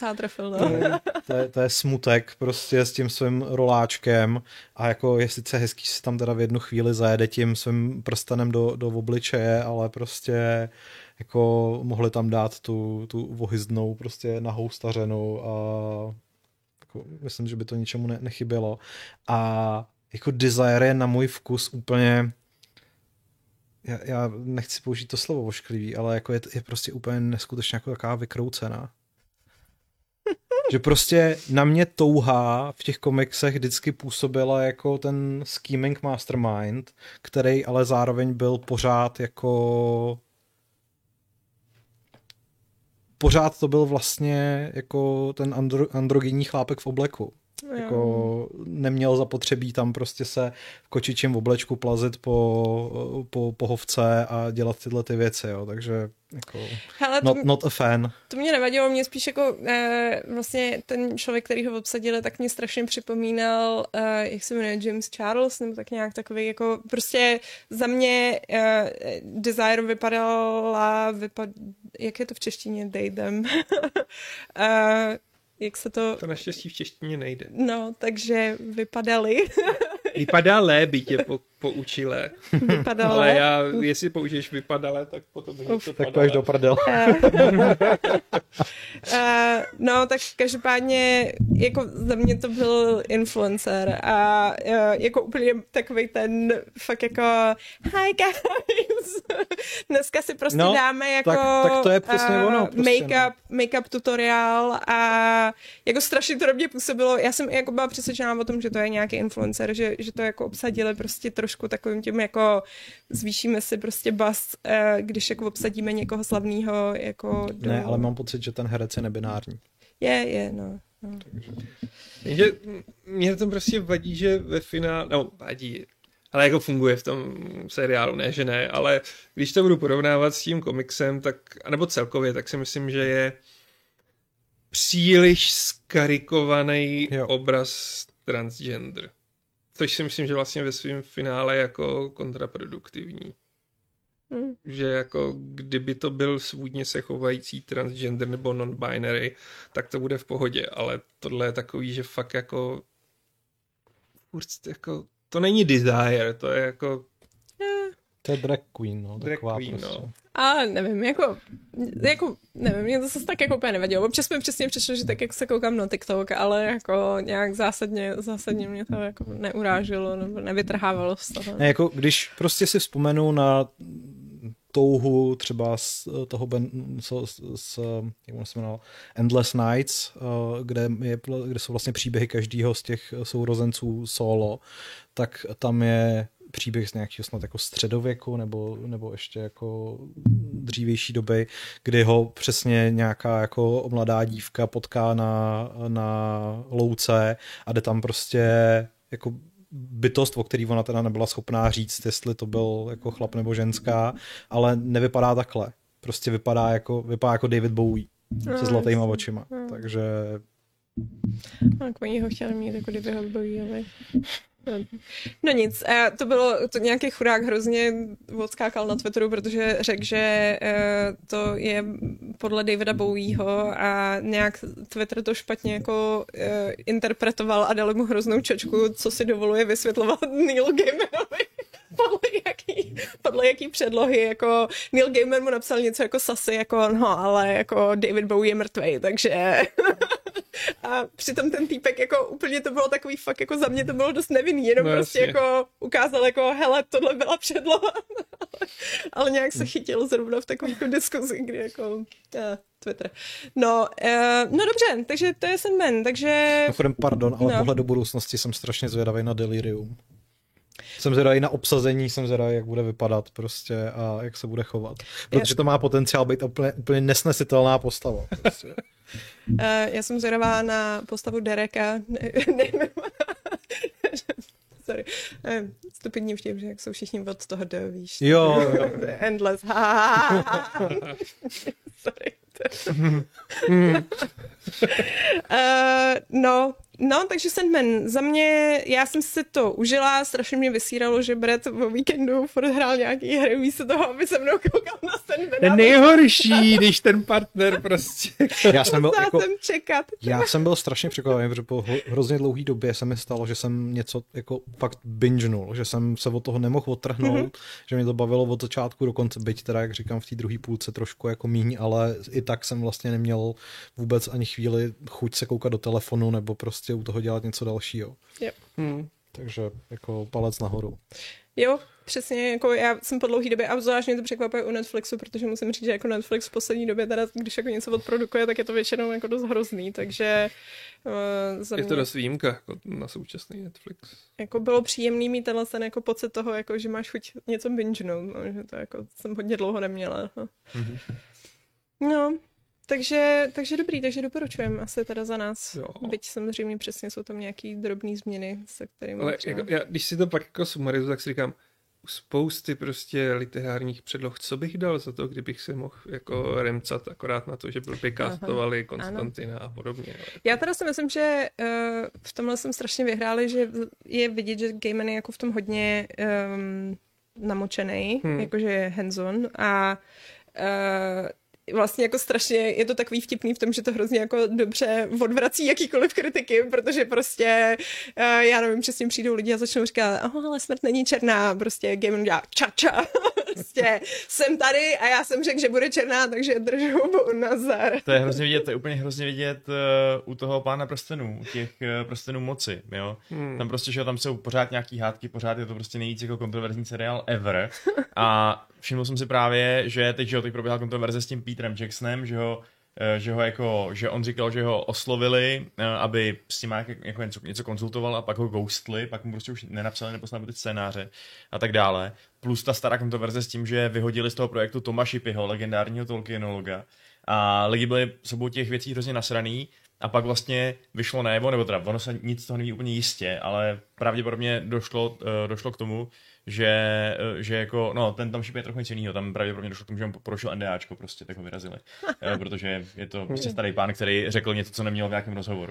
to je smutek prostě s tím svým roláčkem a jako je sice hezký, že si tam teda v jednu chvíli zajede tím svým prstenem do obličeje, ale prostě jako mohli tam dát tu vohyzdnou prostě nahou stařenou a jako, myslím, že by to ničemu nechybělo. A jako Desire je na můj vkus úplně, já nechci použít to slovo ošklivý, ale jako je prostě úplně neskutečně jako taková vykroucená. Že prostě na mě touha v těch komiksech vždycky působila jako ten scheming mastermind, který ale zároveň byl pořád jako... Pořád to byl vlastně jako ten androgenní chlápek v obleku. Jako neměl zapotřebí tam prostě se v kočičím oblečku plazit po hovce a dělat tyhle ty věci, jo, takže jako hele, not a fan. To mě nevadilo, mě spíš jako vlastně ten člověk, který ho obsadili, tak mě strašně připomínal, jak se jmenuje, James Charles, nebo tak nějak takový, jako prostě za mě Desire vypadala, jak je to v češtině, dejdem. Jak se to... To naštěstí v češtině nejde. No, takže vypadaly Vypadalé by tě poučilé. Vypadalé. Ale já, jestli použiješ vypadalé, tak potom je to Tak půjdeš do prdele. No, tak každopádně jako za mě to byl influencer a jako úplně takovej ten fakt jako hi guys, dneska si prostě dáme jako tak to je přesně ono. Prostě, make-up tutoriál a jako strašně to do mě působilo. Já jsem jako byla přesvědčená o tom, že to je nějaký influencer, že to jako obsadili prostě trošku takovým tím jako zvýšíme si prostě buzz, když jako obsadíme někoho slavného jako do... Ne, ale mám pocit, že ten herec je nebinární. No. Takže mě to prostě vadí, že ve finále, no vadí, ale jako funguje v tom seriálu, ne, že ne, ale když to budu porovnávat s tím komiksem, tak, anebo celkově, tak si myslím, že je příliš skarikovaný obraz transgender. Což si myslím, že vlastně ve svém finále jako kontraproduktivní. Že jako kdyby to byl svůdně se chovající transgender nebo non-binary, tak to bude v pohodě, ale tohle je takový, že fakt jako to není desire, to je jako to je drag queen, no. Drag queen, prostě. no. A nevím, jako nevím, mě to zase tak jako úplně nevadilo. Občas mi přesně přišlo, že tak jako se koukám na TikTok, ale jako nějak zásadně mě to jako neurážilo nebo nevytrhávalo z toho. Ne, jako když prostě si vzpomenu na touhu třeba z toho jak se jmenoval, Endless Nights, kde jsou vlastně příběhy každého z těch sourozenců solo, tak tam je příběh z nějakého snad jako středověku nebo ještě jako dřívější doby, kdy ho přesně nějaká jako mladá dívka potká na louce a jde tam prostě jako bytost, o který ona teda nebyla schopná říct, jestli to byl jako chlap nebo ženská, ale nevypadá takhle. Prostě vypadá jako David Bowie se zlatýma očima. Takže... Tak oni ho chtěli mít jako David Bowie, ale... No nic, to nějaký chudák hrozně odskákal na Twitteru, protože řekl, že to je podle Davida Bowieho a nějak Twitter to špatně jako interpretoval a dali mu hroznou čočku, co si dovoluje vysvětlovat Neil Gaimanovi. Podle jaký předlohy, jako Neil Gaiman mu napsal něco jako sasy, jako no, ale jako David Bowie je mrtvej, takže... A přitom ten týpek jako úplně to bylo takový fakt jako za mě to bylo dost nevinný, jenom prostě jako ukázal jako hele, tohle byla předloha, ale nějak se chytil zrovna v takový jako diskuzi, kdy jako Twitter. No dobře, takže to je Sandman, takže... Pardon, ale pohled do budoucnosti jsem strašně zvědavý na Delirium. Jsem zvědavý na obsazení, jsem zvědavý, jak bude vypadat prostě a jak se bude chovat. Protože to má potenciál být úplně nesnesitelná postava. Prostě. Já jsem zvědavá na postavu Dereka. Sorry. Stupidní vtip, že jak jsou všichni od toho do, víš. Jo. Endless. Sorry. No, takže Sandman. Za mě, já jsem si to užila, strašně mě vysíralo, že Brett o víkendu furt hrál nějaký hry, místo toho, aby se mnou koukal na Sandmana. Nejhorší, když ten partner prostě... Já jsem byl strašně překvapený, protože po hrozně dlouhý době se mi stalo, že jsem něco jako fakt bingenul, že jsem se od toho nemohl odtrhnout, že mě to bavilo od začátku do konce, byť teda, jak říkám, v té druhé půlce trošku jako míň, ale i tak jsem vlastně neměl vůbec ani chvíli chuť se koukat do telefonu nebo prostě u toho dělat něco dalšího. Jo. Takže jako palec nahoru. Jo, přesně, jako já jsem po dlouhý době, a zvlášť mě to překvapuje u Netflixu, protože musím říct, že jako Netflix v poslední době, teda, když jako něco odprodukuje, tak je to většinou jako dost hrozný, takže... Je to dost výjimka jako na současný Netflix. Jako bylo příjemný mít ten jako pocit toho, jako, že máš chuť něco bingenout, no, že to jako jsem hodně dlouho neměla. No. Takže dobrý, takže doporučujeme asi teda za nás. Jo. Byť samozřejmě přesně jsou tam nějaký drobný změny, se kterými... Ale jako, já, když si to pak jako sumarizu, tak si říkám, u spousty prostě literárních předloh, co bych dal za to, kdybych se mohl jako remcat akorát na to, že blbě castovali Konstantina a podobně. Já teda si myslím, že v tomhle jsem strašně vyhráli, že je vidět, že Gaiman je jako v tom hodně namočenej, jakože je hands-on a vlastně jako strašně, je to takový vtipný v tom, že to hrozně jako dobře odvrací jakýkoliv kritiky, protože prostě, já nevím, přesně přijdou lidi a začnou říkat, ale smrt není černá, prostě Gaiman dělá ča. Prostě jsem tady a já jsem řekl, že bude černá, takže držu nazar. To je hrozně vidět, to je úplně hrozně vidět u toho Pána prstenů, u těch prstenů moci, jo. Tam prostě, že tam jsou pořád nějaký hádky, pořád je to prostě nejvíc jako kontroverzní seriál ever. A všiml jsem si právě, že teď proběhla kontroverze s tím Petrem Jacksonem, že on říkal, že ho oslovili, aby s tím jako něco konzultoval a pak ho ghostli, pak mu prostě už nenapsali nebo snad ty scénáře a tak dále. Plus ta stará kontroverze s tím, že vyhodili z toho projektu Toma Shippeyho, legendárního Tolkienologa. A lidi byli s obou těch věcí hrozně nasraný a pak vlastně vyšlo najevo, nebo teda ono se nic z toho neví úplně jistě, ale pravděpodobně došlo k tomu, že jako, no, ten Tom Shippey je trochu nic jiného, tam pravděpodobně došlo k tomu, že on porušil NDAčko, prostě tak ho vyrazili, protože je to prostě starý pán, který řekl něco, co neměl v nějakém rozhovoru.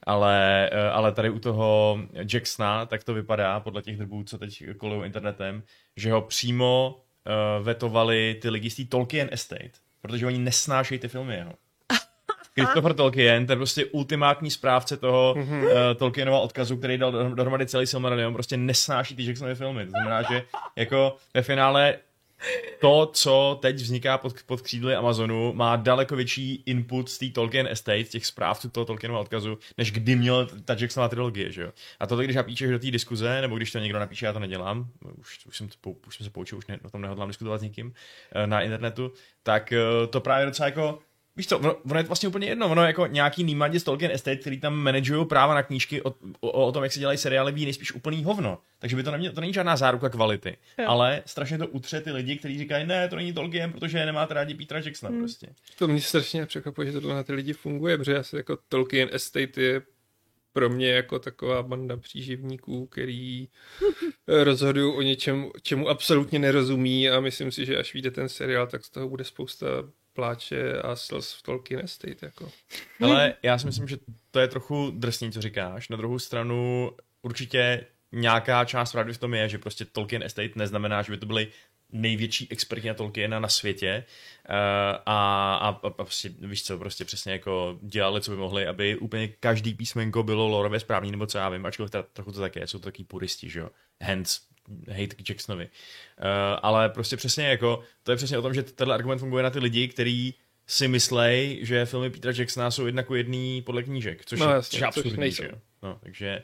Ale tady u toho Jacksona, tak to vypadá, podle těch drbů, co teď kolují internetem, že ho přímo vetovali ty lidi z té Tolkien Estate, protože oni nesnášejí ty filmy jeho. Christopher Tolkien, ten prostě ultimátní správce toho Tolkienova odkazu, který dal dohromady celý Silmarillion, prostě nesnáší ty Jacksonovy filmy. To znamená, že jako ve finále to, co teď vzniká pod křídly Amazonu, má daleko větší input z té Tolkien Estate, těch správců toho Tolkienova odkazu, než kdy měl ta Jacksonova trilogie, že jo. A tohle, když napíšeš do té diskuze, nebo když to někdo napíše, já to nedělám, už jsem se poučil, už o tom nehodlám diskutovat s nikým na internetu, tak to právě docela jako víš co, ono je to vlastně úplně jedno, ono jako nějaký nímadě z Tolkien Estate, který tam manažují práva na knížky o tom, jak se dělají seriály, ví nejspíš úplný hovno. Takže by to není žádná záruka kvality. Jo. Ale strašně to utře ty lidi, kteří říkají, ne, to není Tolkien, protože nemáte rádi Petra Jacksona prostě. To mě strašně překvapuje, že tohle na ty lidi funguje, protože asi jako Tolkien Estate je pro mě jako taková banda příživníků, který rozhodují o něčem, čemu absolutně nerozumí a myslím si, že až vyjde ten seriál, tak z toho bude spousta pláče a slz v Tolkien Estate. Jako. Ale já si myslím, že to je trochu drsný, co říkáš. Na druhou stranu určitě nějaká část pravdy v tom je, že prostě Tolkien Estate neznamená, že by to byly největší experti na Tolkiena na světě a prostě, víš co, prostě přesně jako dělali, co by mohli, aby úplně každý písmenko bylo lorové správný, nebo co já vím, ačkoliv trochu to také, jsou to takový puristi, že jo, hence hate k Jacksonovi. Ale prostě přesně jako, to je přesně o tom, že tenhle argument funguje na ty lidi, kteří si myslej, že filmy Petra Jacksona jsou jedna ku jedný podle knížek, což je absurdní, že jo. No, takže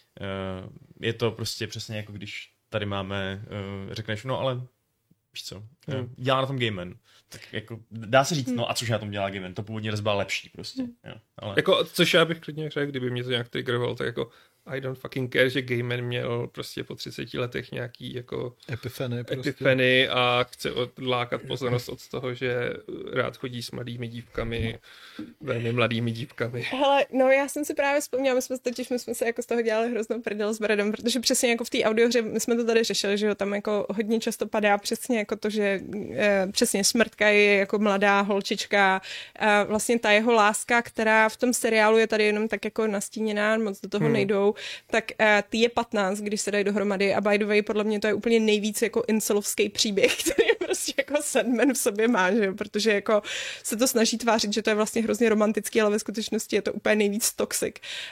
je to prostě přesně jako když tady máme, řekneš, no ale víš co, dělá na tom Gaiman. Tak jako dá se říct, no a což na tom dělá Gaiman, to původně byla lepší prostě. Jo, ale... Jako, což já bych klidně řekl, kdyby mě to nějak triggerovalo, tak jako I don't fucking care, že Gaiman měl prostě po 30 letech nějaký jako epifany a chce odlákat pozornost od toho, že rád chodí s mladými dívkami, velmi mladými dívkami. Hele, no já jsem si právě vzpomněla, my jsme se jako z toho dělali hroznou prdel s Bradem, protože přesně jako v té audiohře, my jsme to tady řešili, že jo, tam jako hodně často padá přesně jako to, že přesně smrtka je jako mladá holčička, vlastně ta jeho láska, která v tom seriálu je tady jenom tak jako nastíněná, moc do toho nejdou, tak ty je 15, když se dají dohromady a by the way, podle mě to je úplně nejvíc jako incelovský příběh, který prostě jako Sandman v sobě má, že jo, protože jako se to snaží tvářit, že to je vlastně hrozně romantický, ale ve skutečnosti je to úplně nejvíc toxic.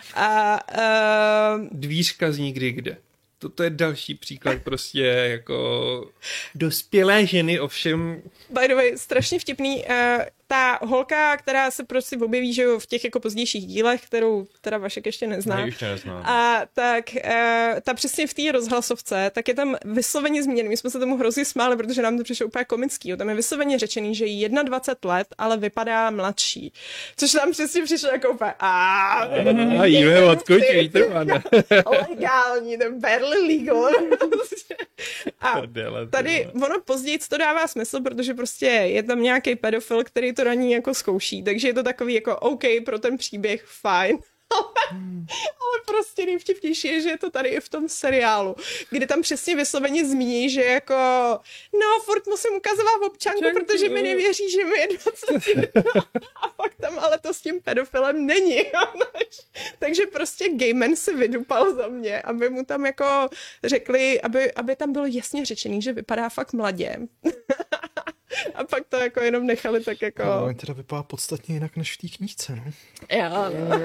Dvířka zní kde. To je další příklad prostě jako dospělé ženy, ovšem. By the way, strašně vtipný. Ta holka, která se prostě objeví, že jo, v těch jako pozdějších dílech, kterou teda Vašek ještě nezná. Ne, ještě neznám. A tak ta přesně v té rozhlasovce, tak je tam vysloveně zmíněný. My jsme se tomu hrozně smáli, protože nám to přišlo úplně komický. Jo. Tam je vysloveně řečený, že je 21 let, ale vypadá mladší. Což tam přesně přišlo jako úplně jíme odkud, legální, to barely legal. A tady ono později to dává smysl, protože prostě je tam nějaký pedofil, který to na ní jako zkouší, takže je to takový jako OK pro ten příběh, fajn. Ale prostě nejvtipnější je, že je to tady i v tom seriálu, kdy tam přesně vysloveně zmíní, že jako no, furt musím ukazovat občanku, protože mi nevěří, že mi je 21. A fakt tam ale to s tím pedofilem není. Takže prostě Gaiman si vydupal za mě, aby mu tam jako řekli, aby tam bylo jasně řečený, že vypadá fakt mladě. A pak to jako jenom nechali tak jako... No, on teda vypadá podstatně jinak než v té knížce, no. Jo, no.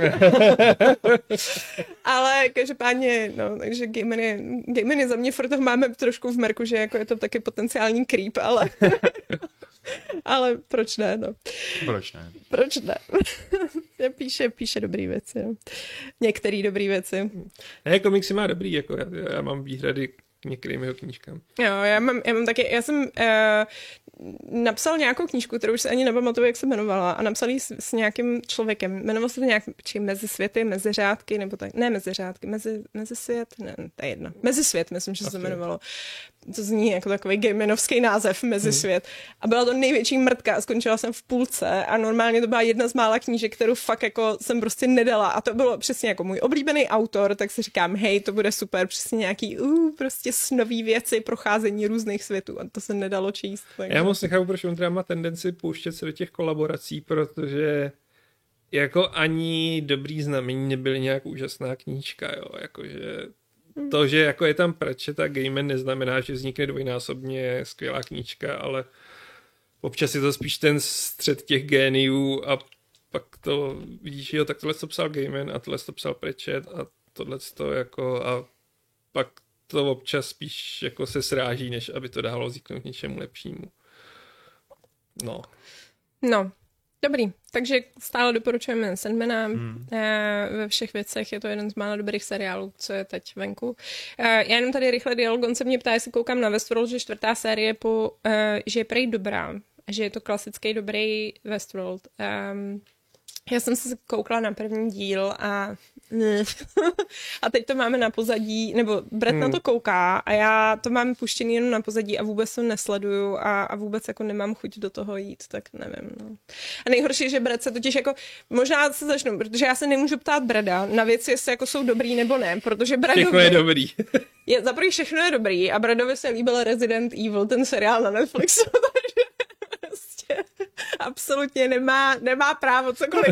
Ale každopádně, no, takže Gaiman je za mě, furt toho máme trošku v merku, že jako je to taky potenciální creep, ale... ale proč ne, no. Proč ne? píše dobrý věci, no. Některé dobrý věci. Ne, komiksy má dobrý, jako já mám výhrady k některým jeho knížkám. Jo, já mám taky, já jsem napsal nějakou knížku, kterou už se ani nepamatuju, jak se jmenovala, a napsal ji s nějakým člověkem. Jmenoval se to nějak, či Mezi světy, mezi řádky, nebo tak, ne mezi řádky, mezi svět, ne, to je jedno. Mezi svět, myslím, že se to jmenovalo. To zní jako takový gaymanovský název, Mezi svět. A byla to největší mrtka a skončila jsem v půlce a normálně to byla jedna z mála knížek, kterou fakt jako jsem prostě nedala, a to bylo přesně jako můj oblíbený autor, tak si říkám, hej, to bude super, přesně nějaký prostě snový věci, procházení různých světů, a to se nedalo číst. Takže... Já moc nechápu, proč on teda má tendenci pouštět se do těch kolaborací, protože jako ani Dobrý znamení nebyly nějak úžasná knížka, jo, jakože to, že jako je tam Pratchett a Gaiman, neznamená, že vznikne dvojnásobně skvělá knížka, ale občas je to spíš ten střed těch géniů a pak to vidíš, jo, tak tohle to psal Gaiman a tohle to psal Pratchett a tohle to jako a pak to občas spíš jako se sráží, než aby to dávalo vzniknout něčemu lepšímu. No, dobrý. Takže stále doporučujeme Sandmana. Ve všech věcech je to jeden z mála dobrých seriálů, co je teď venku. Já jenom tady rychle dialog, on se mě ptá, jestli koukám na Westworld, že 4. série že je prej dobrá, že je to klasický dobrý Westworld. Já jsem se koukla na první díl a teď to máme na pozadí, nebo Brett na to kouká a já to mám puštěný jenom na pozadí a vůbec to nesleduju a vůbec jako nemám chuť do toho jít, tak nevím. No. A nejhorší je, že Brett se totiž jako, možná se začnu, protože já se nemůžu ptát Breda na věci, jestli jako jsou dobrý nebo ne, protože Bredovi... Všechno je dobrý. Za první všechno je dobrý a Bredovi se líbil Resident Evil, ten seriál na Netflixu, takže absolutně nemá právo cokoliv.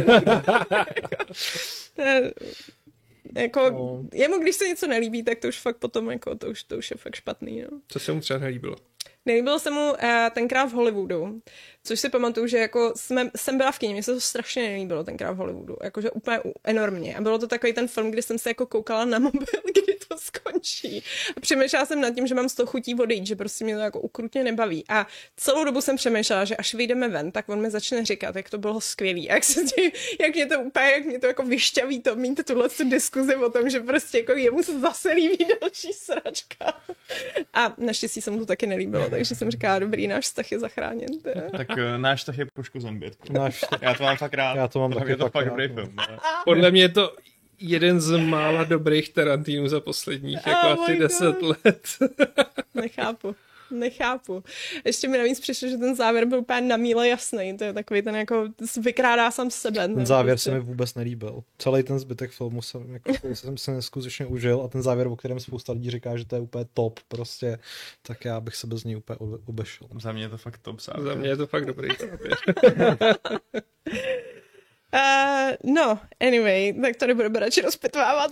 Jemu, když se něco nelíbí, tak to už fakt potom, jako, to už je fakt špatný. No. Co se mu třeba nelíbilo? Nelíbilo se mu tenkrát v Hollywoodu, což si pamatuju, že jako jsem byla v kině, mně se to strašně nelíbilo tenkrát v Hollywoodu, jakože úplně enormně. A bylo to takový ten film, kdy jsem se jako koukala na mobil, kdy to skončí. A přemýšlela jsem nad tím, že mám z toho chutí odejít, že prostě mě to jako ukrutně nebaví. A celou dobu jsem přemýšlela, že až vyjdeme ven, tak on mi začne říkat, jak to bylo skvělý. Jak mě to jako vyšťaví to mít tuhle diskuzi o tom, že prostě jako jemu se zase líbí další sračka. A naštěstí se mu to taky nelíbilo, takže jsem říkala, dobrý, náš vztah je zachráněn. Tak náš vztah je poškozen, Bětku. Já to mám fakt rád. Já to mám taky je to fakt dobrý film. Podle mě je to jeden z mála dobrých Tarantinů za posledních jako asi 10 let. Nechápu. Ještě mi navíc přišlo, že ten závěr byl úplně na míle jasný. To je takový ten jako vykrádá sám sebe. Ten závěr se mi vůbec nelíbil. Celý ten zbytek filmu jsem se neskutečně užil a ten závěr, o kterém spousta lidí říká, že to je úplně top prostě, tak já bych se bez něj úplně obešel. Za mě je to fakt top závěr. Za mě je to fakt dobrý závěr. Anyway, tak to nebudeme radši rozpitvávat.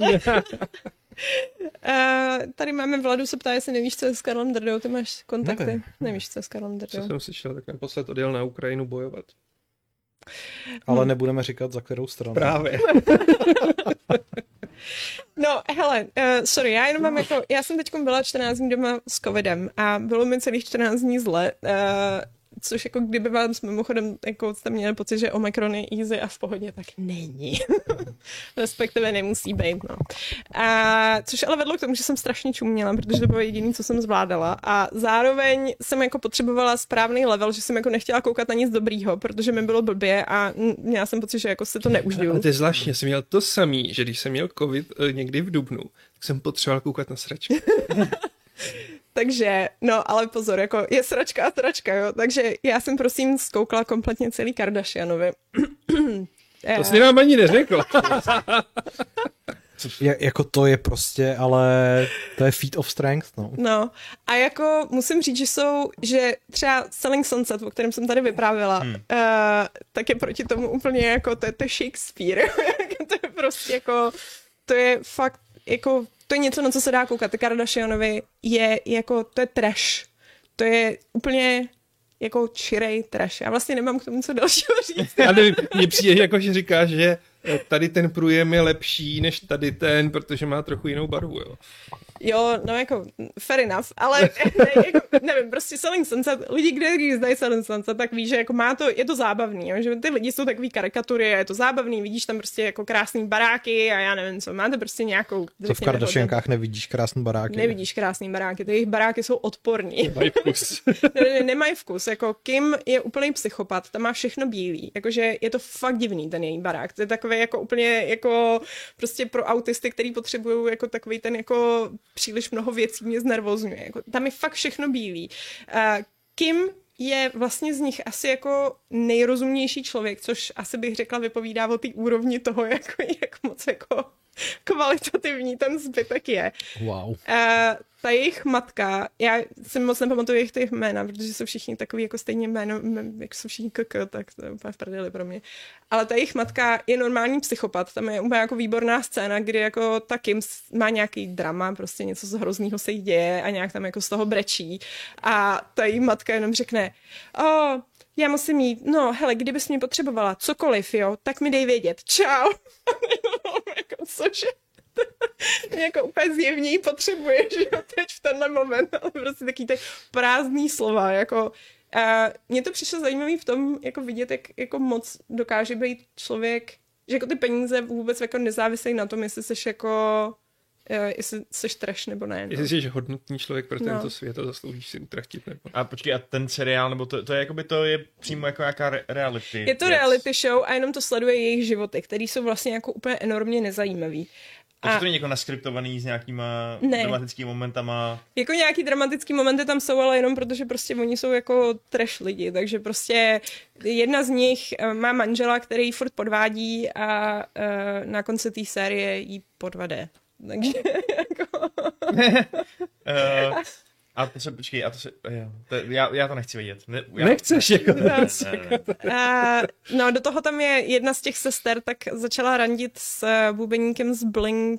Tady máme Vladu, se ptá, jestli nevíš, co je s Karlem Drdou, ty máš kontakty. Nevíš, co je s Karlem Drdou. Co jsem slyšel, tak naposled odjel na Ukrajinu bojovat. Ale nebudeme říkat, za kterou stranu. Právě. No, hele, sorry, já jsem teď byla 14 dní doma s covidem a bylo mi celých 14 dní zle, což jako kdyby vám mimochodem jako jste měli pocit, že Omikron je easy a v pohodě, tak není. Respektive nemusí být, no. Což ale vedlo k tomu, že jsem strašně čuměla, protože to bylo jediné, co jsem zvládala a zároveň jsem jako potřebovala správný level, že jsem jako nechtěla koukat na nic dobrýho, protože mi bylo blbě a měla jsem pocit, že jako si to neužiju. Ale to je zvláštně, jsem měl to samý, že když jsem měl covid někdy v dubnu, tak jsem potřeboval koukat na sračky. Takže, no, ale pozor, jako je sračka a sračka, jo. Takže já jsem prosím zkoukla kompletně celý Kardashianovi. To jsi nám ani neřekl. Jako to je prostě, ale to je feat of strength, no. No, a jako musím říct, že třeba Selling Sunset, o kterém jsem tady vyprávěla, tak je proti tomu úplně jako, to je Shakespeare. To je prostě jako, to je fakt, jako, to je něco, na co se dá koukat. Ty Kardashianovi je jako, to je trash. To je úplně jako čirej trash. Já vlastně nemám k tomu co dalšího říct. Já nevím, mně přijde jako, že říkáš, že tady ten průjem je lepší než tady ten, protože má trochu jinou barvu, jo. Jo, no jako fair enough, ale ne, jako, nevím, prostě Selling Sunset, lidi, kteří znají Selling Sunset, tak ví, že jako je to zábavný, jo, že ty lidi jsou takový karikatury a je to zábavný, vidíš tam prostě jako krásný baráky a já nevím co, máte prostě nějakou... Co v Kardashiankách nevidíš krásný baráky? Nevidíš krásný baráky, ty jejich baráky jsou odporní. Nemají vkus. Nemají vkus, jako Kim je úplný psychopat, tam má všechno bílý, jakože je to fakt divný ten její barák, to je takový jako úplně jako prostě pro autisty, který potřebují jako takový ten jako příliš mnoho věcí mě znervozňuje. Jako, tam je fakt všechno bílý. Kim je vlastně z nich asi jako nejrozumnější člověk, což asi bych řekla vypovídá o té úrovni toho, jako, jak moc jako kvalitativní ten zbytek je. Wow. Ta jejich matka, já si moc nepamatuju jejich jména, protože jsou všichni takový jako stejně jméno, jak jsou všichni tak to je úplně v prdeli pro mě. Ale ta jejich matka je normální psychopat, tam je úplně jako výborná scéna, kdy jako ta Kim má nějaký drama, prostě něco hroznýho se jí děje a nějak tam jako z toho brečí a ta její matka jenom řekne, já musím jít, no hele, kdybys mě potřebovala cokoliv, jo, tak mi dej vědět, čau. Jako, cože? Jako úplně zjevně ji potřebuje, že jo, teď v tenhle moment, ale prostě taky ty prázdný slova, jako mně to přišlo zajímavý v tom, jako vidět, jak jako moc dokáže být člověk, že jako ty peníze vůbec jako nezávisejí na tom, jestli seš jako jestli seš trash nebo ne. No. Jestli jsi hodnotný člověk pro tento svět a zasloužíš si utratit nebo... A počkej, a ten seriál, nebo to je jakoby to je přímo jako nějaká reality. Je to reality show a jenom to sleduje jejich životy, který jsou vlastně jako úplně enormně nezajímavý. Takže to není jako naskriptovaný s nějakýma dramatickými momentama? Jako nějaký dramatický momenty tam jsou, ale jenom protože prostě oni jsou jako trash lidi, takže prostě jedna z nich má manžela, který furt podvádí a na konci té série jí podvede. Takže jako... A to se, počkej, já to nechci vidět. Nechceš jako... No, do toho tam je jedna z těch sester, tak začala randit s bubeníkem z Blink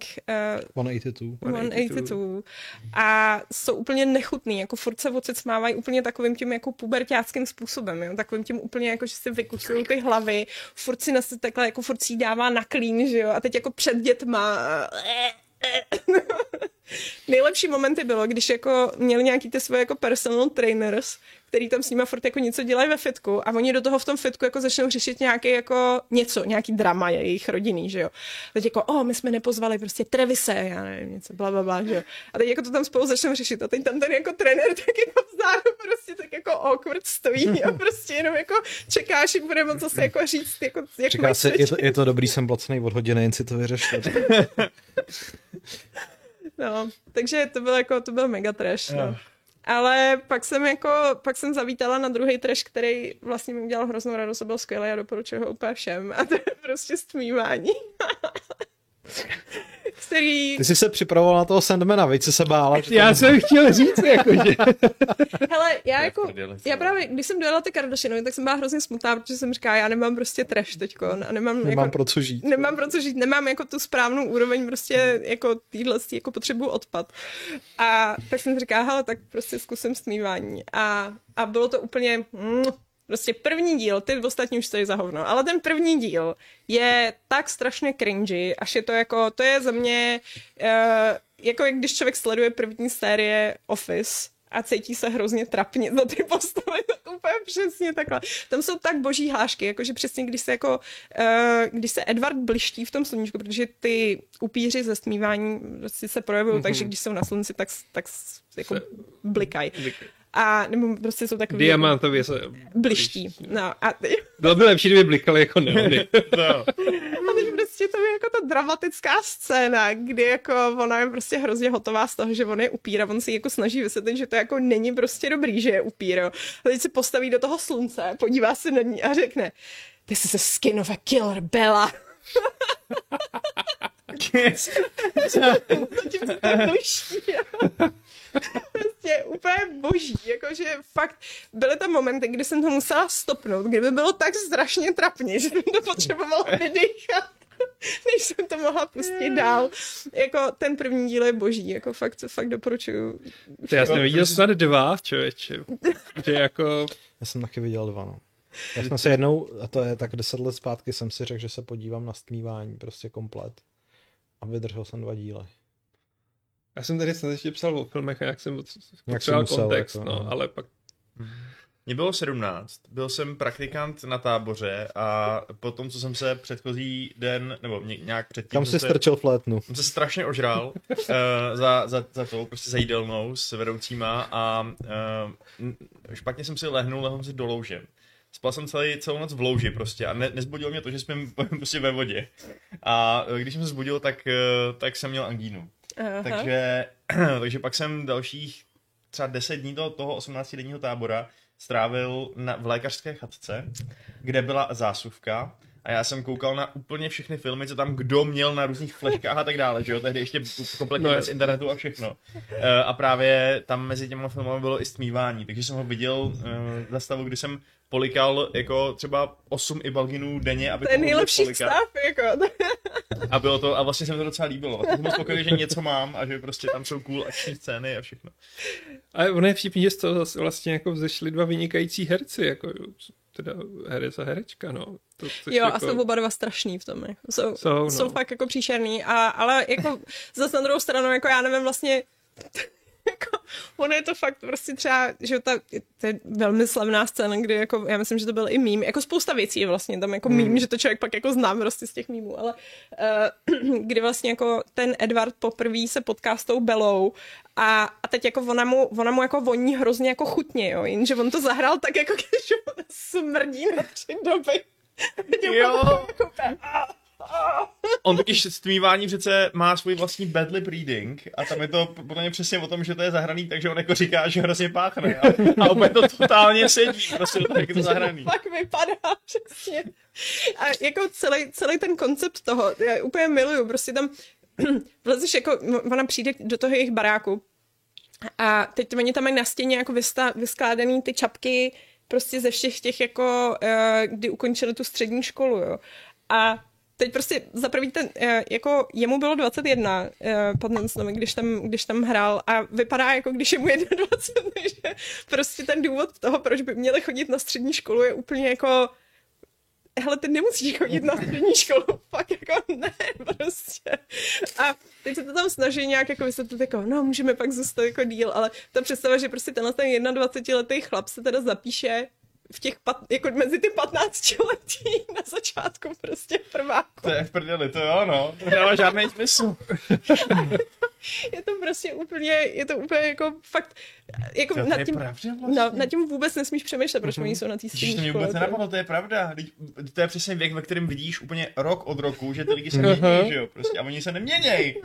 182. A jsou úplně nechutný, jako furt se odsmávají úplně takovým tím jako puberťáckým způsobem, jo? Takovým tím úplně jako, že si vykusují ty hlavy, furt si takhle jako furt si dává na klín, že jo, a teď jako před dětma nejlepší momenty bylo, když jako měli nějaký ty svoje jako personal trainers, který tam s nima furt jako něco dělají ve fitku a oni do toho v tom fitku jako začnou řešit nějaký jako nějaký drama jejich rodinný, že jo. Teď jako, my jsme nepozvali prostě Trevise, já nevím, něco blablabla, že jo. A teď jako to tam spolu začnou řešit a teď tam ten jako trenér tak jako vzadu prostě tak jako awkward stojí a prostě jenom jako čekáš, jak bude moc zase jako říct, jako čeká se, je to dobrý, jsem placený od hodiny, jen si to vyřešit. No, takže to byl mega trash, no. Ale pak jsem zavítala na druhý trash, který vlastně mi udělal hroznou radost a byl skvělý a doporučuji ho úplně všem. A to je prostě Stmívání. Ty jsi se připravoval na toho Sandmana, veď jsi se bála. Já jsem chtěl říct, jakože... Hele, já právě, když jsem dojela ty Kardashianovi, tak jsem byla hrozně smutná, protože jsem říkala, já nemám prostě trash teďko. A nemám jako, pro co žít. Nemám pro co žít, nemám jako tu správnou úroveň, prostě jako týhle jako potřebuji odpad. A tak jsem říkala, hele, tak prostě zkusím Stmívání. A bylo to úplně... Prostě první díl, ty ostatní už stojí za hovno, ale ten první díl je tak strašně cringy, až je to jako, to je za mě, jako jak když člověk sleduje první série Office a cítí se hrozně trapně za ty postavy, tak úplně přesně takhle. Tam jsou tak boží hlášky, jakože přesně když se Edward bliští v tom sluníčku, protože ty upíři ze Stmívání prostě se projevují, takže když jsou na slunci, tak jako blikají. A nebo prostě jsou takový... Diamantově se bliští. No, bylo by lepší, kdyby blikaly jako neony. A teď prostě to je jako ta dramatická scéna, kdy jako ona je prostě hrozně hotová z toho, že on je upír a on si jako snaží vysvětlit, že to jako není prostě dobrý, že je upír. A teď se postaví do toho slunce, podívá se na ní a řekne This is a skin of a killer, Bella. Zatím se to bliští. Prostě úplně boží, jakože fakt byly tam momenty, kdy jsem to musela stopnout, kdyby bylo tak strašně trapně, že jsem to potřebovala vydýchat, než jsem to mohla pustit dál. Jako ten první díl je boží, jako fakt doporučuju. Já jsem viděl snad 2, člověče. Že jako... Já jsem taky viděl 2, no. Já jsem si jednou, a to je tak 10 let zpátky, jsem si řekl, že se podívám na stmívání prostě komplet. A vydržel jsem 2 díly. Já jsem tady snad ještě psal o filmech a jak jsem Jak potřeboval musel, kontext, jako, no, no. ale pak... Mně bylo 17, byl jsem praktikant na táboře a potom, co jsem se předchozí den, nebo nějak předtím... Kam jsi strčil flétnu? Jsem se strašně ožral za to, prostě za jídelnou s vedoucíma a špatně jsem si lehl jsem si do louže. Spal jsem celou noc v louži prostě a nezbudilo mě to, že spím prostě ve vodě. A když jsem se zbudil, tak jsem měl angínu. Takže pak jsem dalších třeba 10 dní toho 18denního tábora strávil v lékařské chatce, kde byla zásuvka a já jsem koukal na úplně všechny filmy, co tam kdo měl na různých fleškách a tak dále, že jo, tehdy ještě kompletně bez internetu a všechno. A právě tam mezi těma filmami bylo i stmívání, takže jsem ho viděl za stavu, kdy jsem polikal jako třeba 8 ibalginů denně, aby to je nejlepší stav, jako. A bylo to, a vlastně se mi to docela líbilo. Vlastně jsem spokojený, že něco mám a že prostě tam jsou cool akční scény a všechno. Ale ono je vtipný, že z toho vlastně jako vzešli 2 vynikající herci, jako teda herec a herečka, no. To, jo, jako... a jsou oba 2 strašný v tom, jako. Jsou fakt jako příšerný, ale jako zase na druhou stranu, jako já nevím vlastně, jako, ono je to fakt prostě třeba, že to je velmi slavná scéna, kdy jako, já myslím, že to byl i mím, jako spousta věcí je vlastně tam jako mím, že to člověk pak jako znám prostě z těch mýmů, ale kdy vlastně jako ten Edward poprvé se potká s tou Bellou a teď jako ona mu jako voní hrozně jako chutně, jo, jenže on to zahrál tak jako, když on smrdí na 3 doby. Jo. On totiž stmívání přece má svůj vlastní bad lip reading a tam je to podle mě přesně o tom, že to je zahraný, takže on jako říká, že hrozně páchne a opět to totálně sedí, prostě tak je to zahraný. To fakt vypadá přesně. A jako celý ten koncept toho, já úplně miluju, prostě tam vlezeš jako, ona přijde do toho jejich baráku a teď oni tam mají na stěně jako vyskládaný ty čapky prostě ze všech těch jako, kdy ukončili tu střední školu, jo. A teď prostě za první ten, jako jemu bylo 21 Pattinsonu, když tam hrál a vypadá jako když je mu 21, takže prostě ten důvod toho, proč by měli chodit na střední školu je úplně jako hele, ty nemusíš chodit na střední školu, fakt jako ne, prostě. A teď se to tam snaží nějak jako vysvětlit, jako no, můžeme pak zůstat jako díl, ale ta představa, že prostě tenhle ten 21letý chlap se teda zapíše v těch jako mezi ty 15 letí na začátku prostě prváku. To je v prdeli, to jo, no. To nemá žádný smysl. Je to prostě úplně jako fakt, jako to nad tím, pravda vlastně. nad tím vůbec nesmíš přemýšlet, proč oni jsou na té střední škole. To mě vůbec nenapadlo, to je pravda. To je přesně věk, ve kterém vidíš úplně rok od roku, že ty lidi se mění, že jo, prostě, a oni se neměněj.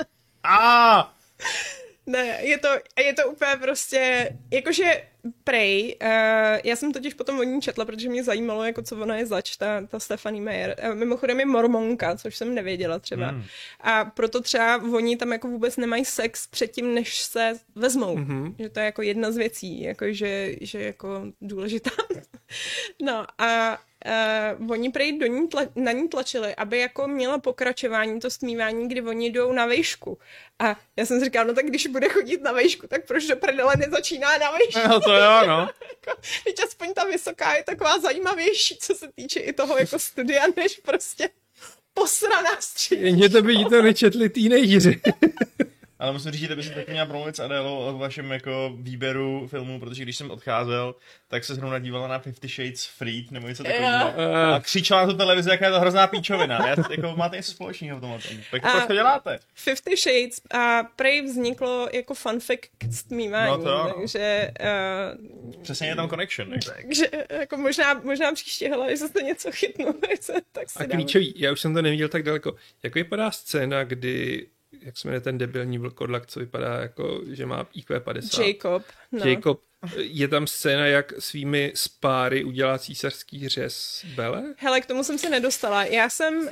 Ne, je to úplně prostě, jakože prej, já jsem totiž potom o ní četla, protože mě zajímalo, jako co ona je zač, ta Stephanie Meyer. Mimochodem je mormonka, což jsem nevěděla třeba. A proto třeba oni tam jako vůbec nemají sex předtím, než se vezmou. Že to je jako jedna z věcí, jako že jako důležitá. No a oni prej na ní tlačili, aby jako měla pokračování to stmívání, kdy oni jdou na vejšku. A já jsem si říkala, no tak když bude chodit na vejšku, tak proč do prdele nezačíná na vejšku? No to jo, no. Teď aspoň ta vysoká je taková zajímavější, co se týče i toho jako studia, než prostě posraná střední. Jenže to by jí to nečetli teenageři. Ale musím říct, že byste taky měla promluvit s Adélou o vašem jako výběru filmů, protože když jsem odcházel, tak se zrovna dívala na 50 Shades Freed nebo něco takového. A křičela na tu televizi, jaká je to hrozná píčovina. Jako, máte něco společného v tomhle. Tak proč to děláte? 50 Shades a prej vzniklo jako fun fact k stmívání, takže... Přesně je tam connection. Takže jako možná příště, hele, že jste něco chytnu, tak si a klíčový, já už jsem to neviděl tak daleko. Jak vypadá scéna, kdy jak se jmenuje ten debilní vlkodlak, co vypadá jako, že má IQ 50. Jacob. No. Jacob. Je tam scéna, jak svými spáry udělá císařský řez Belle? Hele, k tomu jsem se nedostala. Já jsem